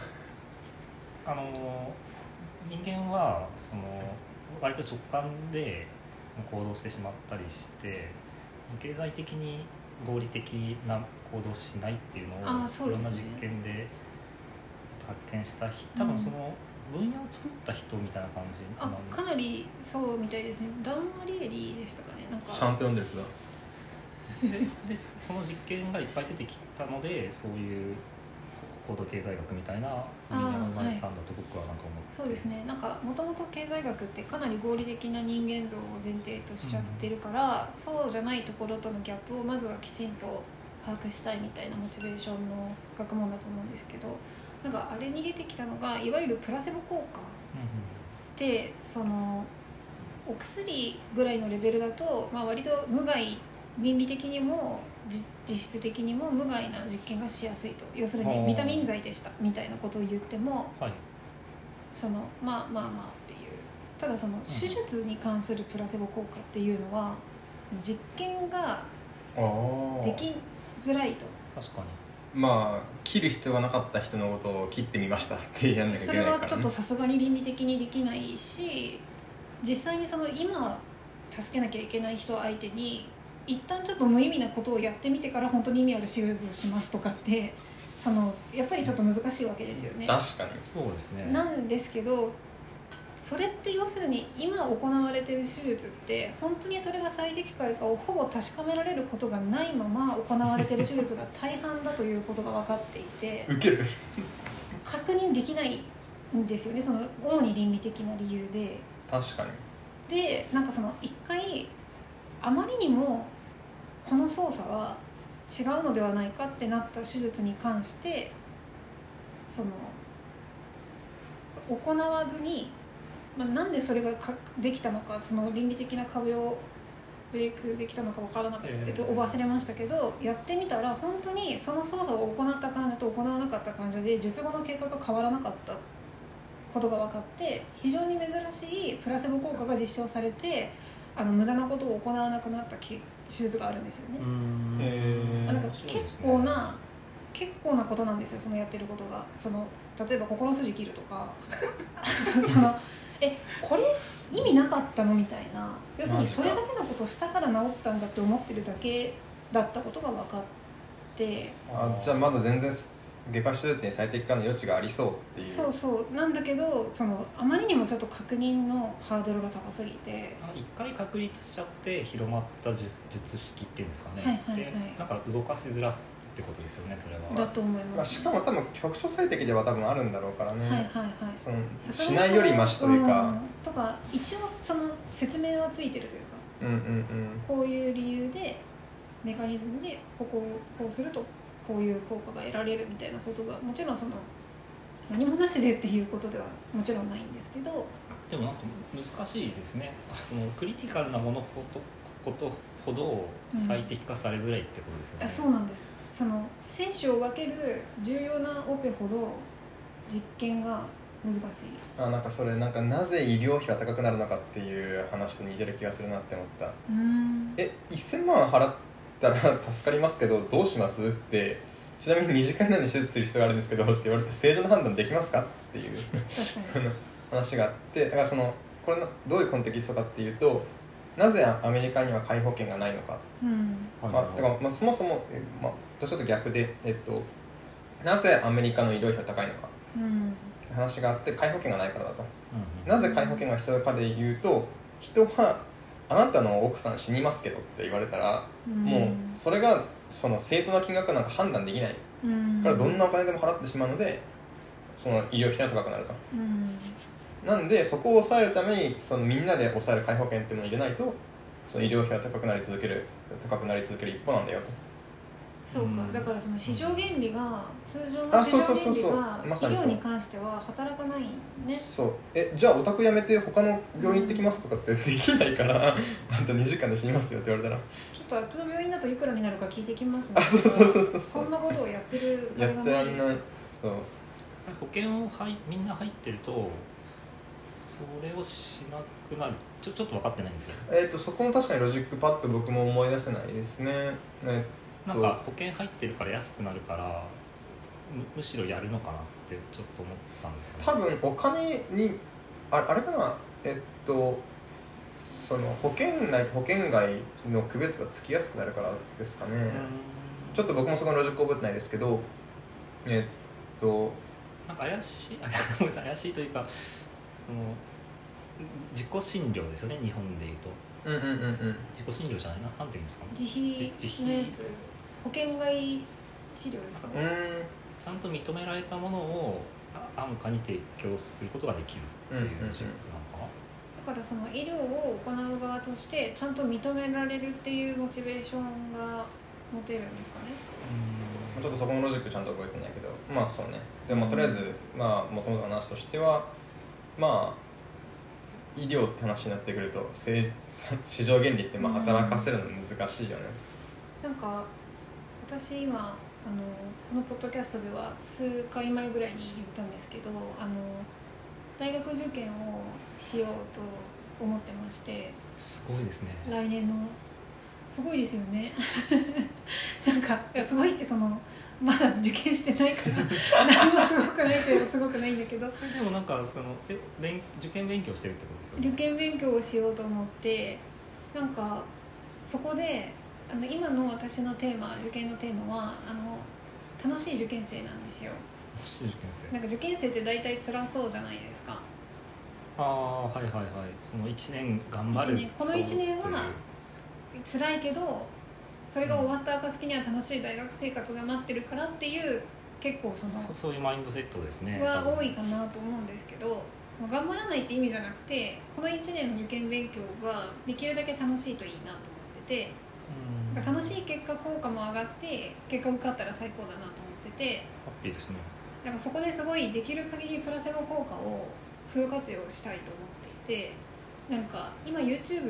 人間は割と直感で行動してしまったりして、経済的に合理的な行動しないっていうのをいろんな実験で発見した多分その分野を作った人みたいな感じなんで、 かなりそうみたいですね。ダン・アリエリでしたかね。なんかちゃんと読んでる人だ。 でその実験がいっぱい出てきたので、そういう行動経済学みたいな分野が生まれたんだと僕はなんか思って、 そうですね。なんかもともと経済学ってかなり合理的な人間像を前提としちゃってるから、そうじゃないところとのギャップをまずはきちんと把握したいみたいなモチベーションの学問だと思うんですけど、なんかあれに出てきたのがいわゆるプラセボ効果で、お薬ぐらいのレベルだと、割と無害、倫理的にも実質的にも無害な実験がしやすいと。要するにビタミン剤でしたみたいなことを言っても、まあっていう。ただ手術に関するプラセボ効果っていうのは実験ができづらいと。 確かに。 切る必要がなかった人のことを切ってみましたってやんなきゃいけないから、ね、 それはちょっとさすがに倫理的にできないし、実際に今助けなきゃいけない人相手に一旦ちょっと無意味なことをやってみてから本当に意味ある手術をしますとかってやっぱりちょっと難しいわけですよね。 確かにそうですね。 なんですけど、それって要するに今行われている手術って本当にそれが最適解かをほぼ確かめられることがないまま行われている手術が大半だということが分かっていてウケる確認できないんですよね。主に倫理的な理由で。 確かに。 でなんか一回あまりにもこの操作は違うのではないかってなった手術に関して行わずに、なんでそれができたのか、その倫理的な壁をブレイクできたのか分からなかった、忘れましたけど、やってみたら本当にその操作を行った感じと行わなかった感じで術後の結果が変わらなかったことが分かって、非常に珍しいプラセボ効果が実証されて、無駄なことを行わなくなった手術があるんですよね。なんか結構なことなんですよ、そのやってることが。例えばここの筋切るとかこれ意味なかったのみたいな、要するにそれだけのことをしたから治ったんだって思ってるだけだったことが分かって、 じゃあまだ全然外科手術に最適化の余地がありそうっていう。 そうなんだけど、あまりにもちょっと確認のハードルが高すぎて、 一回確立しちゃって広まった術式っていうんですかね、でなんか動かしづらすってことですよね、それは。 だと思います、 しかも多分局所最適では多分あるんだろうからね、 しないよりマシというか、 とか一応その説明はついてるというか、こういう理由でメカニズムでこうするとこういう効果が得られるみたいなことが、もちろん何もなしでっていうことではもちろんないんですけど、 でもなんか難しいですね。クリティカルなものことほど最適化されづらいってことですよね。 そうなんです。生死を分ける重要なオペほど実験が難しい。 なんかそれなぜ医療費が高くなるのかっていう話と似てる気がするなって思った。1000万払ったら助かりますけどどうしますって、ちなみに2時間以内に手術する必要があるんですけどって言われて、正常な判断できますかっていう話があって、だからこれのどういうコンテキストかっていうと、なぜアメリカには皆保険がないのか、だからそもそも、ちょっと逆で、なぜアメリカの医療費が高いのか、話があって、皆保険がないからだと、なぜ皆保険が必要かでいうと、人はあなたの奥さん死にますけどって言われたら、もうそれが正当な金額なんか判断できないから、どんなお金でも払ってしまうので、その医療費が高くなると、なんでそこを抑えるためにみんなで抑える皆保険っていうのを入れないと、その医療費が高くなり続ける一方なんだよと。 そうか、だから市場原理が、通常の市場原理が医療に関しては働かないね。 じゃあお宅辞めて他の病院行ってきますとかってできないからあんた2時間で死にますよって言われたら、 ちょっとあっちの病院だといくらになるか聞いてきますね。 そんなことをやってるやってらんない。 保険をみんな入ってるとそれをしなくなる。ちょっと分かってないんですよ。 そこの確かにロジックパッと僕も思い出せないですね。 なんか保険入ってるから安くなるから むしろやるのかなってちょっと思ったんですよね。 多分お金にあれかな、その保険内と保険外の区別がつきやすくなるからですかね。ちょっと僕もそこのロジック覚えてないですけど、 なんか怪しいごめんなさい、怪しいというか、自己診療ですよね、日本でいうと。自己診療じゃないな、なんていうんですかね。 自費のやつ、保険外治療ですかね。 ちゃんと認められたものを安価に提供することができるっていうロジックなのかな。 だから医療を行う側としてちゃんと認められるっていうモチベーションが持てるんですかね。 ちょっとそこのロジックちゃんと覚えてないけど、そうね。でもとりあえずもともとの話としては、医療って話になってくると市場原理って働かせるの難しいよね。 なんか私今このポッドキャストでは数回前ぐらいに言ったんですけど、大学受験をしようと思ってまして。 すごいですね。 来年のすごいですよねなんかすごいってまだ受験してないから何もすごくないといえばすごくないんだけどでもなんか受験勉強してるってことですよね。 受験勉強をしようと思って、なんかそこで今の私のテーマ、受験のテーマは楽しい受験生なんですよ。 楽しい受験生。 なんか受験生って大体辛そうじゃないですか。 はいはいはい。その1年頑張る。 この1年は辛いけど、それが終わった暁には楽しい大学生活が待ってるからっていう、結構そういうマインドセットですね。 は多いかなと思うんですけど、頑張らないって意味じゃなくて、この1年の受験勉強ができるだけ楽しいといいなと思ってて、 楽しい結果効果も上がって結果受かったら最高だなと思ってて、 ハッピーですね。 だからそこですごいできる限りプラセボ効果をフル活用したいと思っていて、なんか今 YouTube って、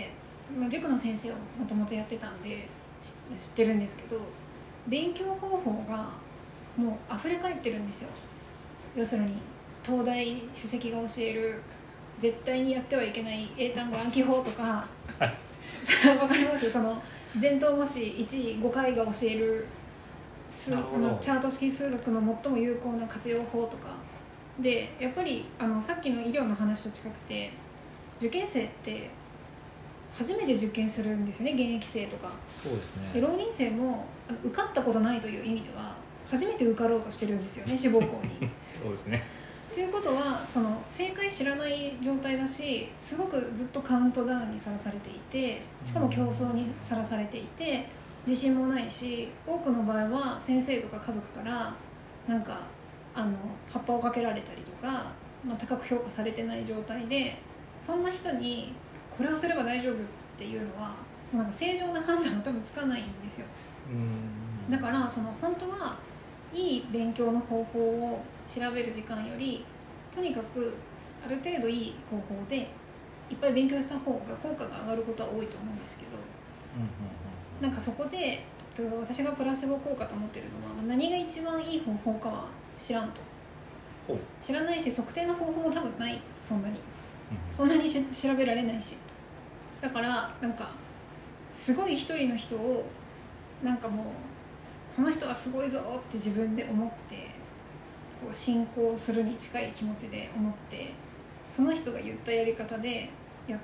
塾の先生をもともとやってたんで知ってるんですけど、勉強方法がもう溢れ返ってるんですよ。要するに東大首席が教える絶対にやってはいけない英単語暗記法とかわかります？その前頭模試1位5回が教えるチャート式数学の最も有効な活用法とかで、やっぱりさっきの医療の話と近くて、受験生って初めて受験するんですよね、現役生とか。 そうですね。 で浪人生も受かったことないという意味では初めて受かろうとしてるんですよね、志望校に。 そうですね。 ということはその正解知らない状態だし、すごくずっとカウントダウンにさらされていて、しかも競争にさらされていて、自信もないし、多くの場合は先生とか家族からなんか葉っぱをかけられたりとか、高く評価されてない状態で、そんな人にこれをすれば大丈夫っていうのはなんか正常な判断は多分つかないんですよ。だからその本当はいい勉強の方法を調べる時間より、とにかくある程度いい方法でいっぱい勉強した方が効果が上がることは多いと思うんですけど、なんかそこで私がプラセボ効果と思ってるのは、何が一番いい方法かは知らんと。知らないし、測定の方法も多分ない。そんなに調べられないし。だからなんかすごい一人の人をなんかもうこの人はすごいぞって自分で思って、こう信仰するに近い気持ちで思って、その人が言ったやり方でやって、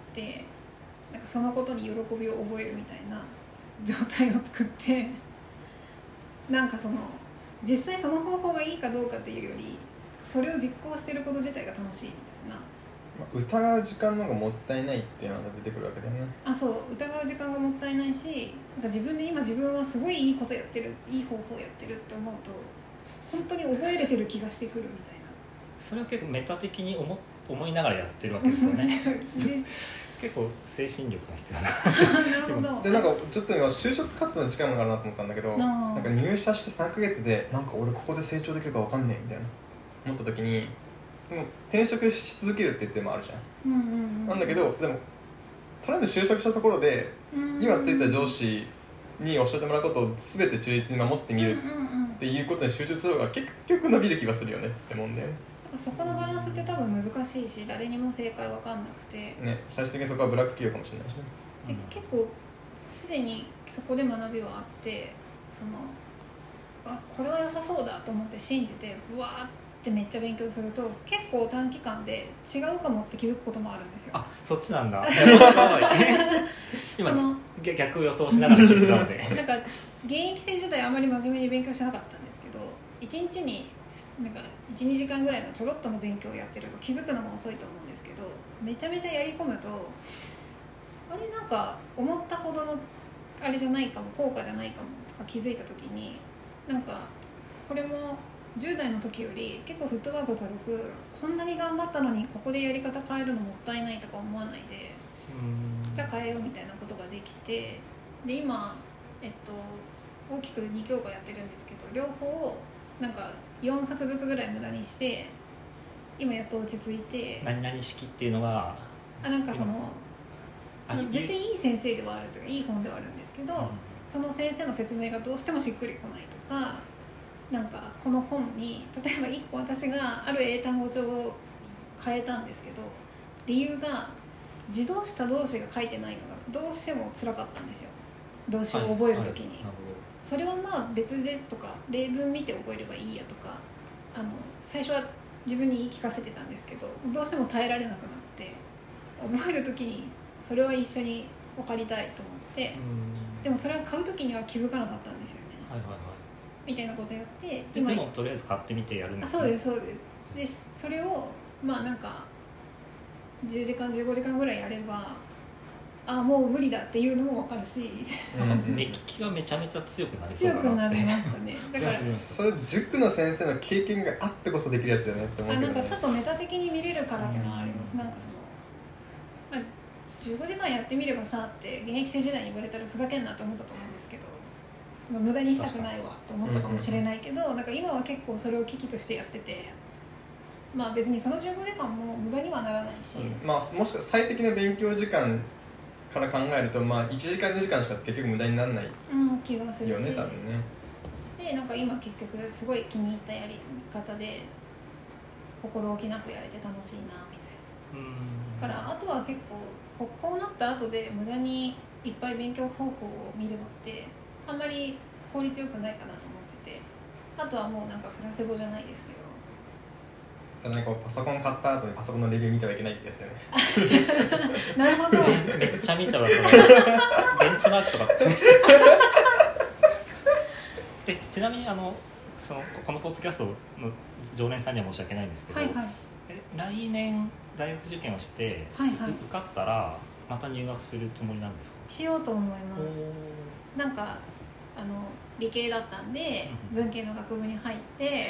なんかそのことに喜びを覚えるみたいな状態を作って、なんかその実際その方法がいいかどうかっていうより、それを実行してること自体が楽しいみたいな。 疑う時間の方がもったいないっていうのが出てくるわけだよね。 そう、疑う時間がもったいないし、なんか自分はすごいいいことやってる、いい方法やってるって思うと本当に覚えれてる気がしてくるみたいな。 それを結構メタ的に思いながらやってるわけですよね。結構精神力が必要な。 なるほど。 でなんかちょっと今就職活動に近いものがあるなと思ったんだけど、なんか入社して3ヶ月でなんか俺ここで成長できるか分かんねえみたいな思った時に、でも転職し続けるって言ってもあるじゃん、なんだけど、でもとりあえず就職したところで今ついた上司に教えてもらうことを全て忠実に守ってみるっていうことに集中する方が結局伸びる気がするよねって思うんだよね。 そこのバランスって多分難しいし、誰にも正解分かんなくて、 ね、最終的にそこはブラック企業かもしれないしね。 結構すでにそこで学びはあって、これは良さそうだと思って信じてブワーってめっちゃ勉強すると結構短期間で違うかもって気づくこともあるんですよ。 そっちなんだ。面白い。今逆予想しながら聞いてたので。 なんか現役生時代あまり真面目に勉強しなかったんですけど、1日になんか 1,2 時間ぐらいのちょろっとの勉強をやってると気づくのも遅いと思うんですけど、めちゃめちゃやり込むとなんか思ったほどのあれじゃないかも、効果じゃないかもとか気づいた時に、なんかこれも10代の時より結構フットワーク軽く、こんなに頑張ったのにここでやり方変えるのもったいないとか思わないで、じゃあ変えようみたいなことができて、で今、大きく2教科やってるんですけど、両方なんか4冊ずつぐらい無駄にして今やっと落ち着いて。 何々式っていうのはなんかその絶対いい先生ではあるというかいい本ではあるんですけど、その先生の説明がどうしてもしっくりこないとか、なんかこの本に例えば1個私がある英単語帳を変えたんですけど、理由が自動詞他動詞が書いてないのがどうしても辛かったんですよ、動詞を覚えるときに。それはまあ別でとか例文見て覚えればいいやとか最初は自分に言い聞かせてたんですけど、どうしても耐えられなくなって、覚えるときにそれは一緒に分かりたいと思って、でもそれは買うときには気づかなかったんですよね、みたいなことやって、 でもとりあえず買ってみてやるんですね。 そうですそうです。でそれをまあなんか10時間15時間ぐらいやればもう無理だっていうのも分かるし、 目利きがめちゃめちゃ強くなりそうだなって強くなりましたね。だからそれ塾の先生の経験があってこそできるやつだよねって思うけど、ね、 なんかちょっとメタ的に見れるからっていうのはあります。なんかその、 15時間やってみればさって現役生時代に言われたらふざけんなって思ったと思うんですけど、その無駄にしたくないわと思ったかもしれないけど、なんか今は結構それを危機としてやってて、まあ別にその15時間も無駄にはならないし、 まあもしか最適な勉強時間から考えると、まあ1時間2時間しか結局無駄にならない気がするしよね、多分ね。でなんか今結局すごい気に入ったやり方で心置きなくやれて楽しいなみたいな。からあとは結構こうなった後で無駄にいっぱい勉強方法を見るのってあんまり効率よくないかなと思ってて、あとはもうなんかプラセボじゃないですけど、 なんかパソコン買った後にパソコンのレビュー見てはいけないってやつよね。 なるほど。 めっちゃ見ちゃうベンチマークとかちなみにこのポッドキャストの常連さんには申し訳ないんですけど、はいはい、来年大学受験をして、はいはい、受かったらまた入学するつもりなんですか？ しようと思います。なんか理系だったんで文系の学部に入って、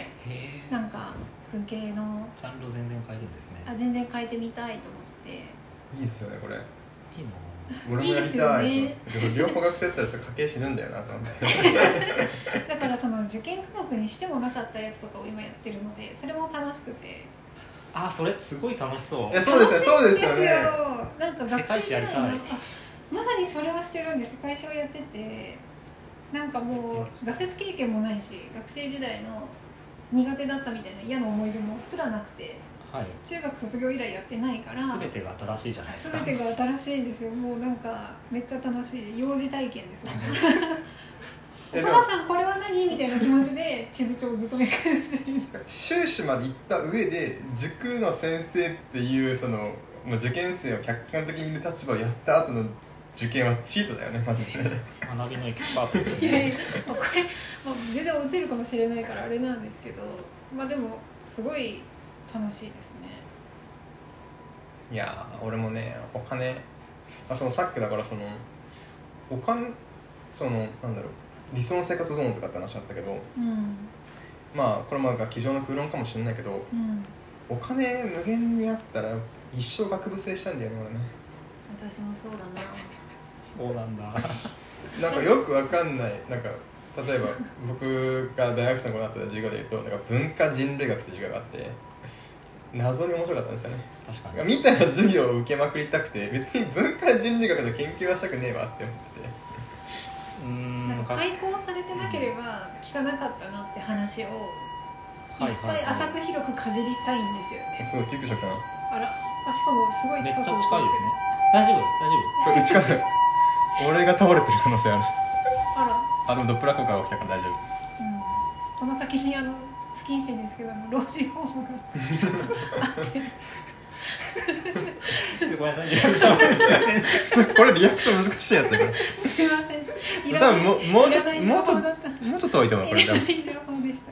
なんか文系のジャンルを全然変えるんですね。 全然変えてみたいと思って。 いいですよねこれ。いいの？ 俺もやりたい。いいですよね。両方学生やったらちょっと家計死ぬんだよなと思って。 だからその受験科目にしてもなかったやつとかを今やってるので、それも楽しくて。 それすごい楽しそう。 そうですよ、そうですよね。 なんか学生時代のまさにそれをしてるんで、世界史をやってて、なんかもう挫折経験もないし、学生時代の苦手だったみたいな嫌な思い出もすらなくて、はい、中学卒業以来やってないから全てが新しいじゃないですか。 全てが新しいんですよ。もうなんかめっちゃ楽しい幼児体験ですお母さんこれは何みたいな気持ちで地図帳をずっとめくって修士まで行った上で塾の先生っていうその受験生を客観的に見る立場をやった後の受験はチートだよねマジで。 学びのエキスパートですね。 いやいやこれ全然落ちるかもしれないからあれなんですけど、でもすごい楽しいですね。 いや俺もねお金、そのさっきだからそのお金そのなんだろう理想の生活ゾーンとかって話あったけど、これもなんか机上の空論かもしれないけど、お金無限にあったら一生学部生したんだよね俺ね。 私もそうだな。 そうなんだ。 なんかよくわかんない、なんか例えば僕が大学生の頃になった授業で言うとなんか文化人類学って授業があって謎に面白かったんですよね。 確かにみたいな授業を受けまくりたくて、別に文化人類学の研究はしたくねえわって思ってて、 なんか開講されてなければ聞かなかったなって話をいっぱい浅く広くかじりたいんですよね。 すごい救急車来たな。 あら、しかもすごい近く。 めっちゃ近いですね。大丈夫これ近く俺が倒れてる可能性ある。 あら、 でもドップラー効果が起きたから大丈夫。 この先に不謹慎ですけど老人ホームがあってごめんなさい、リアクションこれリアクション難しいやつだからすいません。 多分もうちょっと置いてもこれいらない情報でした。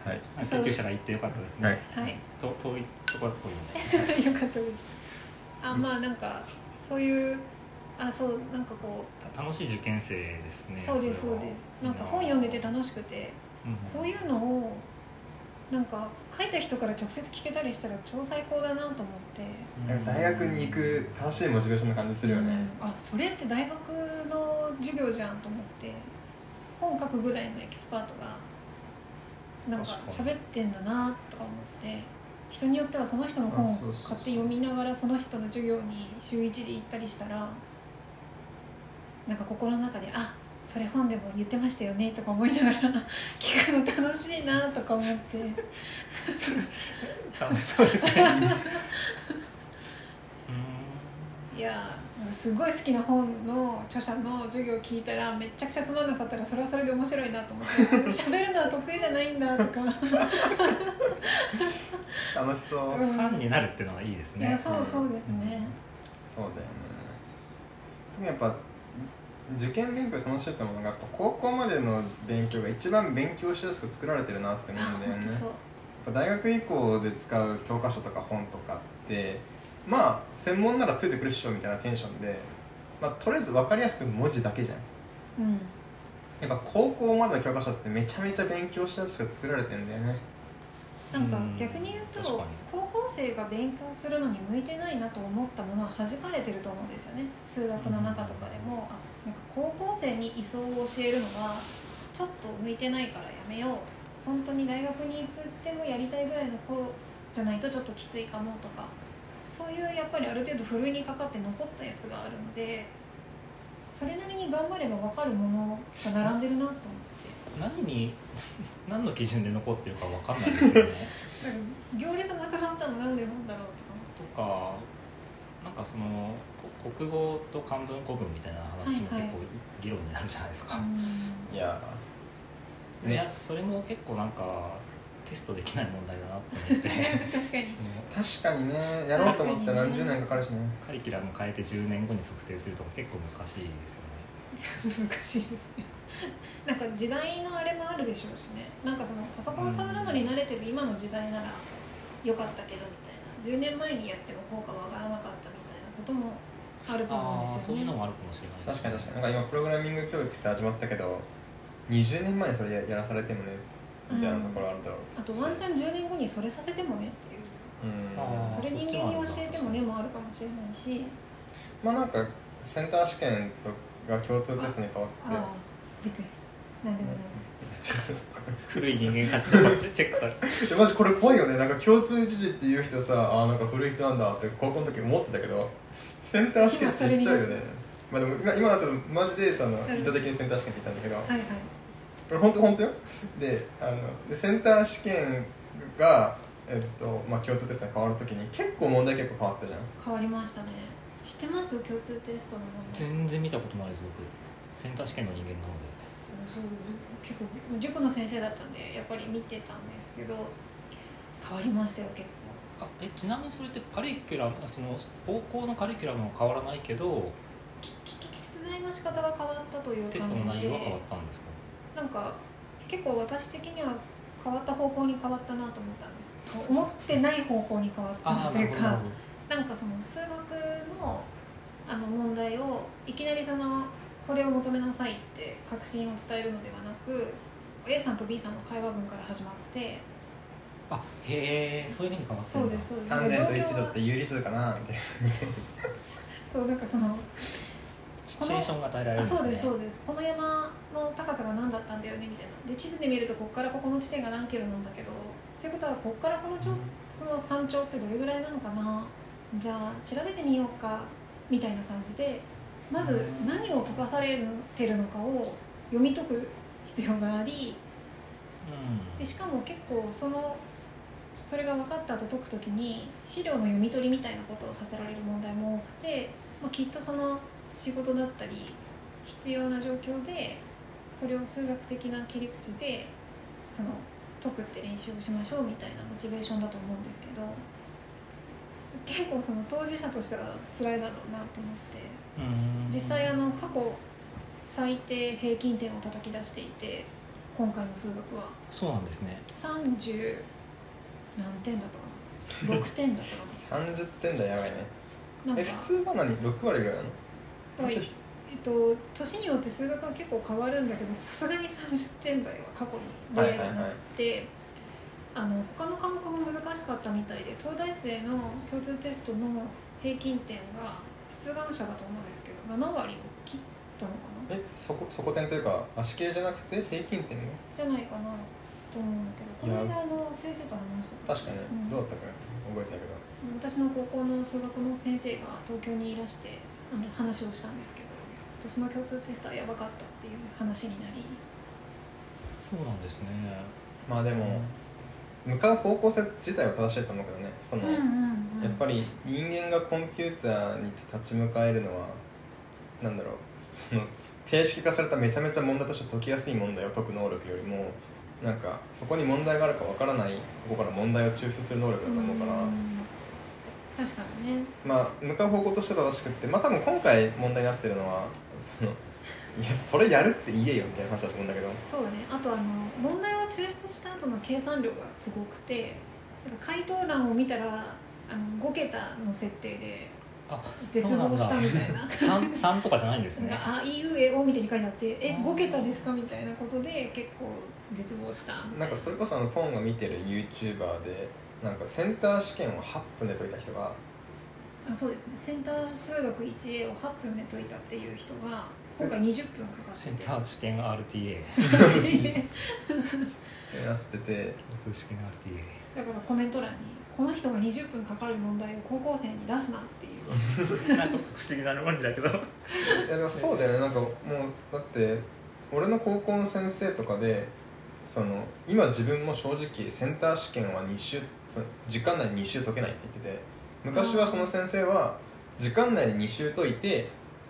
はい、研究者が言ってよかったですね。はい、遠いところっぽいのでよかったです。なんかそういうそうなんかこう楽しい受験生ですね。 そうですそうです。なんか本読んでて楽しくて、こういうのをなんか書いた人から直接聞けたりしたら超最高だなと思って。 大学に行く楽しいモチベーションな感じするよね。 それって大学の授業じゃんと思って、本書くぐらいのエキスパートがなんか喋ってんだなとか思って、人によってはその人の本を買って読みながらその人の授業に週1で行ったりしたら、なんか心の中でそれ本でも言ってましたよねとか思いながら聞くの楽しいなとか思って楽しそうですね。 いやすごい好きな本の著者の授業を聞いたらめっちゃくちゃつまんなかったらそれはそれで面白いなと思って喋るのは得意じゃないんだとか楽しそう、 ファンになるっていうのはいいですね。 いやそうですね、 そうだよね。特にやっぱ受験勉強楽しいと思うのがやっぱ高校までの勉強が一番勉強しやすく作られてるなって思うんだよね。やっぱ大学以降で使う教科書とか本とかって専門ならついてくるっしょみたいなテンションで、とりあえず分かりやすく文字だけじゃん、やっぱ高校までの教科書ってめちゃめちゃ勉強しやすく作られてるんだよね。 なんか逆に言うと高校生が勉強するのに向いてないなと思ったものは弾かれてると思うんですよね。数学の中とかでも、なんか高校生に位相を教えるのはちょっと向いてないからやめよう、本当に大学に行くってもやりたいぐらいの子じゃないとちょっときついかもとか、そういうやっぱりある程度ふるいにかかって残ったやつがあるので、それなりに頑張れば分かるものが並んでるなと思って。 何の基準で残ってるか分かんないですよね行列なくなったのなんでなんだろうとかなんかその国語と漢文古文みたいな話も結構議論になるじゃないですか、 いや、 ね、いやそれも結構なんかテストできない問題だなって思って確かにね、やろうと思ったら何十年かかるしね。 カリキュラム変えて10年後に測定するとか結構難しいですよね難しいですねなんか時代のあれもあるでしょうしね。なんかそのパソコン触るのに慣れてる今の時代なら良かったけどみたいな、10年前にやっても効果が上がらなかったみたいなこともあると思うんですよね。 そういうのもあるかもしれないですね。 確かになんか今プログラミング教育って始まったけど20年前にそれやらされてもねみたいなところあるだろう、 あとワンチャン10年後にそれさせてもねっていう、それ人間に教えてもねもあるかもしれないし、 まあなんかセンター試験が共通テストに変わってびっくりです。なんでもない古い人間価値とチェックされてマジこれ怖いよね。なんか共通一次っていう人さ、なんか古い人なんだって高校の時思ってたけど、センター試験って言っちゃうよね。まあでも今はちょっとマジで意図的にセンター試験って言ったんだけど、 はいはい、 これ本当よ。でセンター試験がまあ、共通テストに変わるときに結構問題結構変わったじゃん。 変わりましたね。知ってます？共通テストの問題。 全然見たことないです僕。センター試験の人間なので。 そう結構塾の先生だったんでやっぱり見てたんですけど変わりましたよ結構。 ちなみにそれってカリキュラムその高校のカリキュラムは変わらないけど出題の仕方が変わったという感じで、 テストの内容は変わったんですか？ なんか結構私的には変わった方向に変わったなと思ったんですけど、思ってない方向に変わったというか、なんかその数学の問題をいきなりそのこれを求めなさいって確信を伝えるのではなく A さんと B さんの会話文から始まって、 へえ、そういうふうに変わってるんだ。 そうです単元と1度って有理数かなみたいなそうなんかそのシチュエーションが与えられるんですね。 そうですこの山の高さが何だったんだよねみたいなで地図で見るとここからここの地点が何キロなんだけどということはここからこのその山頂ってどれぐらいなのかな、じゃあ調べてみようかみたいな感じでまず何を解かされてるのかを読み解く必要があり、でしかも結構それが分かった後解くときに資料の読み取りみたいなことをさせられる問題も多くて、きっとその仕事だったり必要な状況でそれを数学的な切り口でその解くって練習をしましょうみたいなモチベーションだと思うんですけど、結構その当事者としては辛いだろうなと思って、実際過去最低平均点を叩き出していて今回の数学はそうなんですね。 30何点だったかな6点だったかな 30点だやばいね。 なんか普通は何6割ぐらいなの？ 年によって数学は結構変わるんだけどさすがに30点台は過去に例がなくて、他の科目も難しかったみたいで東大生の共通テストの平均点が出願者だと思うんですけど7割を切ったのかな。 底点というか足切れじゃなくて平均点じゃないかなと思うんだけど、この間先生と話してた。 確かに、どうだったか覚えてないけど私の高校の数学の先生が東京にいらして話をしたんですけど今年の共通テストはやばかったっていう話になり。 そうなんですね。 まあでも、向かう方向性自体は正しいと思うけどね。やっぱり人間がコンピューターに立ち向かえるのはなんだろう、その定式化されためちゃめちゃ問題として解きやすい問題を解く能力よりもなんかそこに問題があるかわからないところから問題を抽出する能力だと思うから、 確かにね。 向かう方向として正しくって、多分今回問題になってるのはいやそれやるって言えよみたいな話だと思うんだけど。 そうだね。あと問題を抽出した後の計算量がすごくて、回答欄を見たら5桁の設定で絶望したみたいな。 3とかじゃないんですね。 あいうえおみたいに書いてあって5桁ですかみたいなことで結構絶望した。 なんかそれこそポンが見てる YouTuber でなんかセンター試験を8分で解いた人がそうですね、センター数学 1A を8分で解いたっていう人が今回20分かかってて、 センター試験 RTA なってて、 通試験 RTA だからコメント欄にこの人が20分かかる問題を高校生に出すなっていうなんか不思議な論理だけどいやでもそうだよね。なんかもうだって俺の高校の先生とかで今自分も正直センター試験は2週時間内に2週解けないって言ってて、昔はその先生は時間内に2週解いて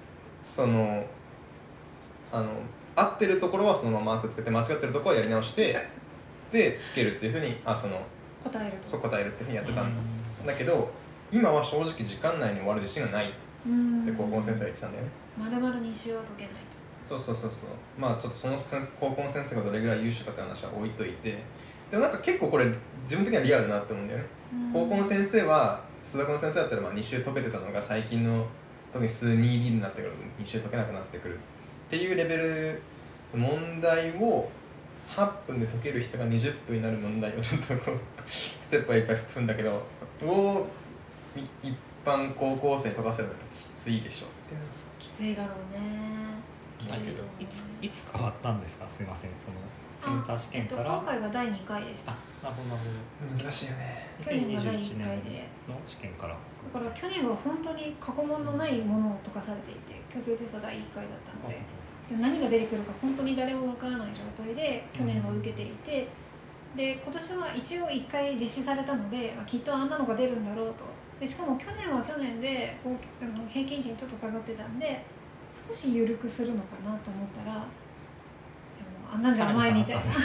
合ってるところはそのままマークつけて間違ってるところはやり直してでつけるっていうふうに答えるっていうふうにやってたんだけど、今は正直時間内に終わる自信がないって高校の先生が言ってたんだよね。 丸々2週は解けないそうまあちょっとその高校の先生がどれぐらい優秀かって話は置いといて、でもなんか結構これ自分的にはリアルだなって思うんだよね。高校の先生は数学の先生だったらまあ2週解けてたのが最近の特に数 2B になってくると2週解けなくなってくるっていうレベル問題を8分で解ける人が20分になる問題をちょっとこうステップはいっぱい踏んだけど一般高校生解かせるのがきついでしょってきついだろうね。 いつ変わったんですか？すいません、そのセンター試験から、 今回が第2回でした。 なるほど難しいよね。 2021年の試験から。 だから去年は本当に過去問のないものを解かされていて、共通テスト第1回だったので、何が出てくるか本当に誰もわからない状態で去年は受けていて、で今年は一応1回実施されたので、きっとあんなのが出るんだろうと。でしかも去年は去年で平均点ちょっと下がってたんで少し緩くするのかなと思ったら、あんなんじゃ甘いみたいな感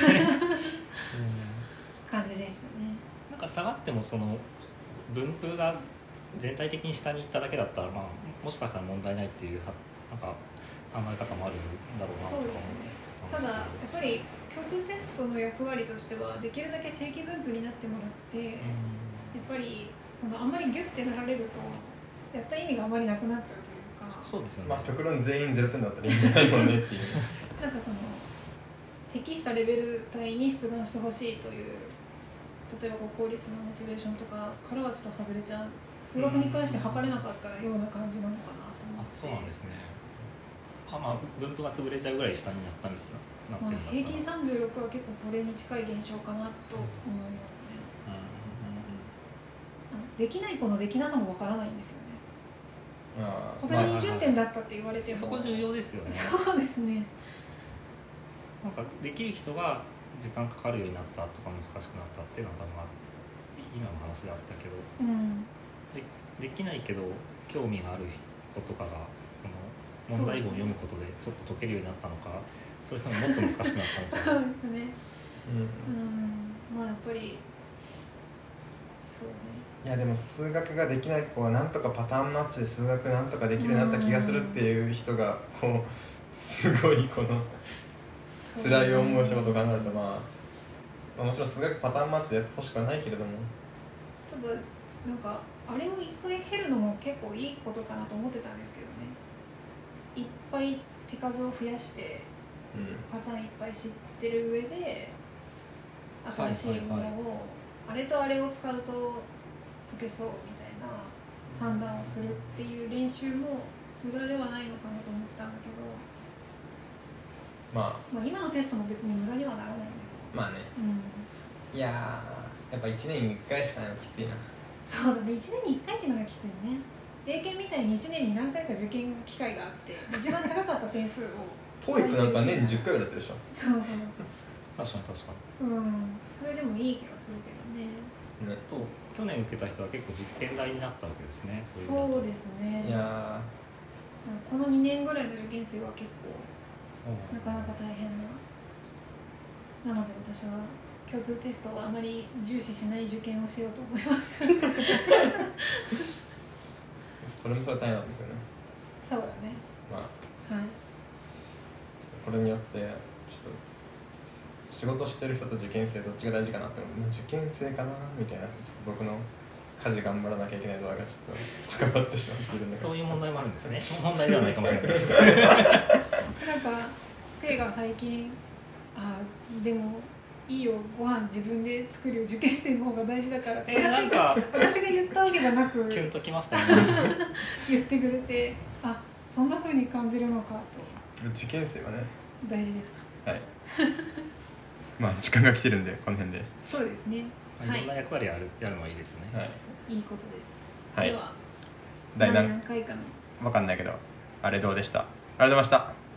じでしたね。 なんか下がってもその分布が全体的に下に行っただけだったら、もしかしたら問題ないっていうなんか考え方もあるんだろうなとか思ったんですけど。 ただやっぱり共通テストの役割としてはできるだけ正規分布になってもらって、やっぱりあんまりギュッてなられるとやった意味があまりなくなっちゃうというか。 そうですよね。 極論全員0点だったらいいんじゃないもんねっていうなんか適したレベル帯に出願してほしいという、例えば公立のモチベーションとかからはちょっと外れちゃう、数学に関して測れなかったような感じなのかなと思って。 そうなんですね。分布が潰れちゃうぐらい下になってるんだったら、 平均36は結構それに近い現象かなと思いますね。できない子のできなさもわからないんですよね。ここで20点だったって言われても、 そこ重要ですよね。 そうですね。 なんかできる人が時間かかるようになったとか難しくなったっていうのは多分今の話があったけど、できないけど興味がある子とかが問題文を読むことでちょっと解けるようになったのか、それとももっと難しくなったのかそうですね。やっぱりそうね。 いやでも数学ができない子はなんとかパターンマッチで数学なんとかできるようになった気がするっていう人がすごいこの辛い思いをしたことを考えると、もちろん数学パターンマッチでやってほしくはないけれども、 多分なんかあれを一回減るのも結構いいことかなと思ってたんですけどね。いっぱい手数を増やして、パターンいっぱい知ってる上で新しいものを、あれとあれを使うと解けそうみたいな判断をするっていう練習も無駄ではないのかなと思ってたんだけど、今のテストも別に無駄にはならないんだけど、 いややっぱ1年に1回しかないのきついな。 そうだね、1年に1回っていうのがきついね。英検みたいに1年に何回か受験機会があって一番高かった点数を TOEIC なんか年に10回ぐらいやってるでしょ。 そう確かにそれでもいい気がするけどね。 去年受けた人は結構実験台になったわけですね。 そうですね。 いやこの2年ぐらいの受験生は結構なかなか大変なので、私は共通テストをあまり重視しない受験をしようと思いますそれもそれは大変なんだけどね。 そうだね。 これによってちょっと仕事してる人と受験生どっちが大事かなって思う。受験生かなみたいな、ちょっと僕の家事頑張らなきゃいけない度合いがちょっと高まってしまっているんだけど、 そういう問題もあるんですね。問題ではないかもしれないですなんかペイが最近でもいいよ、ご飯自分で作るよ、受験生の方が大事だから、 なんか私が言ったわけじゃなくキュンときましたね言ってくれて、そんな風に感じるのかと。 受験生はね大事ですか。はいまあ時間が来てるんでこの辺で。 そうですね、 いろんな役割やるのはいいですね。 はい、 いいことです。 はい、 では第何回かの分かんないけどあれどうでした。ありがとうございました。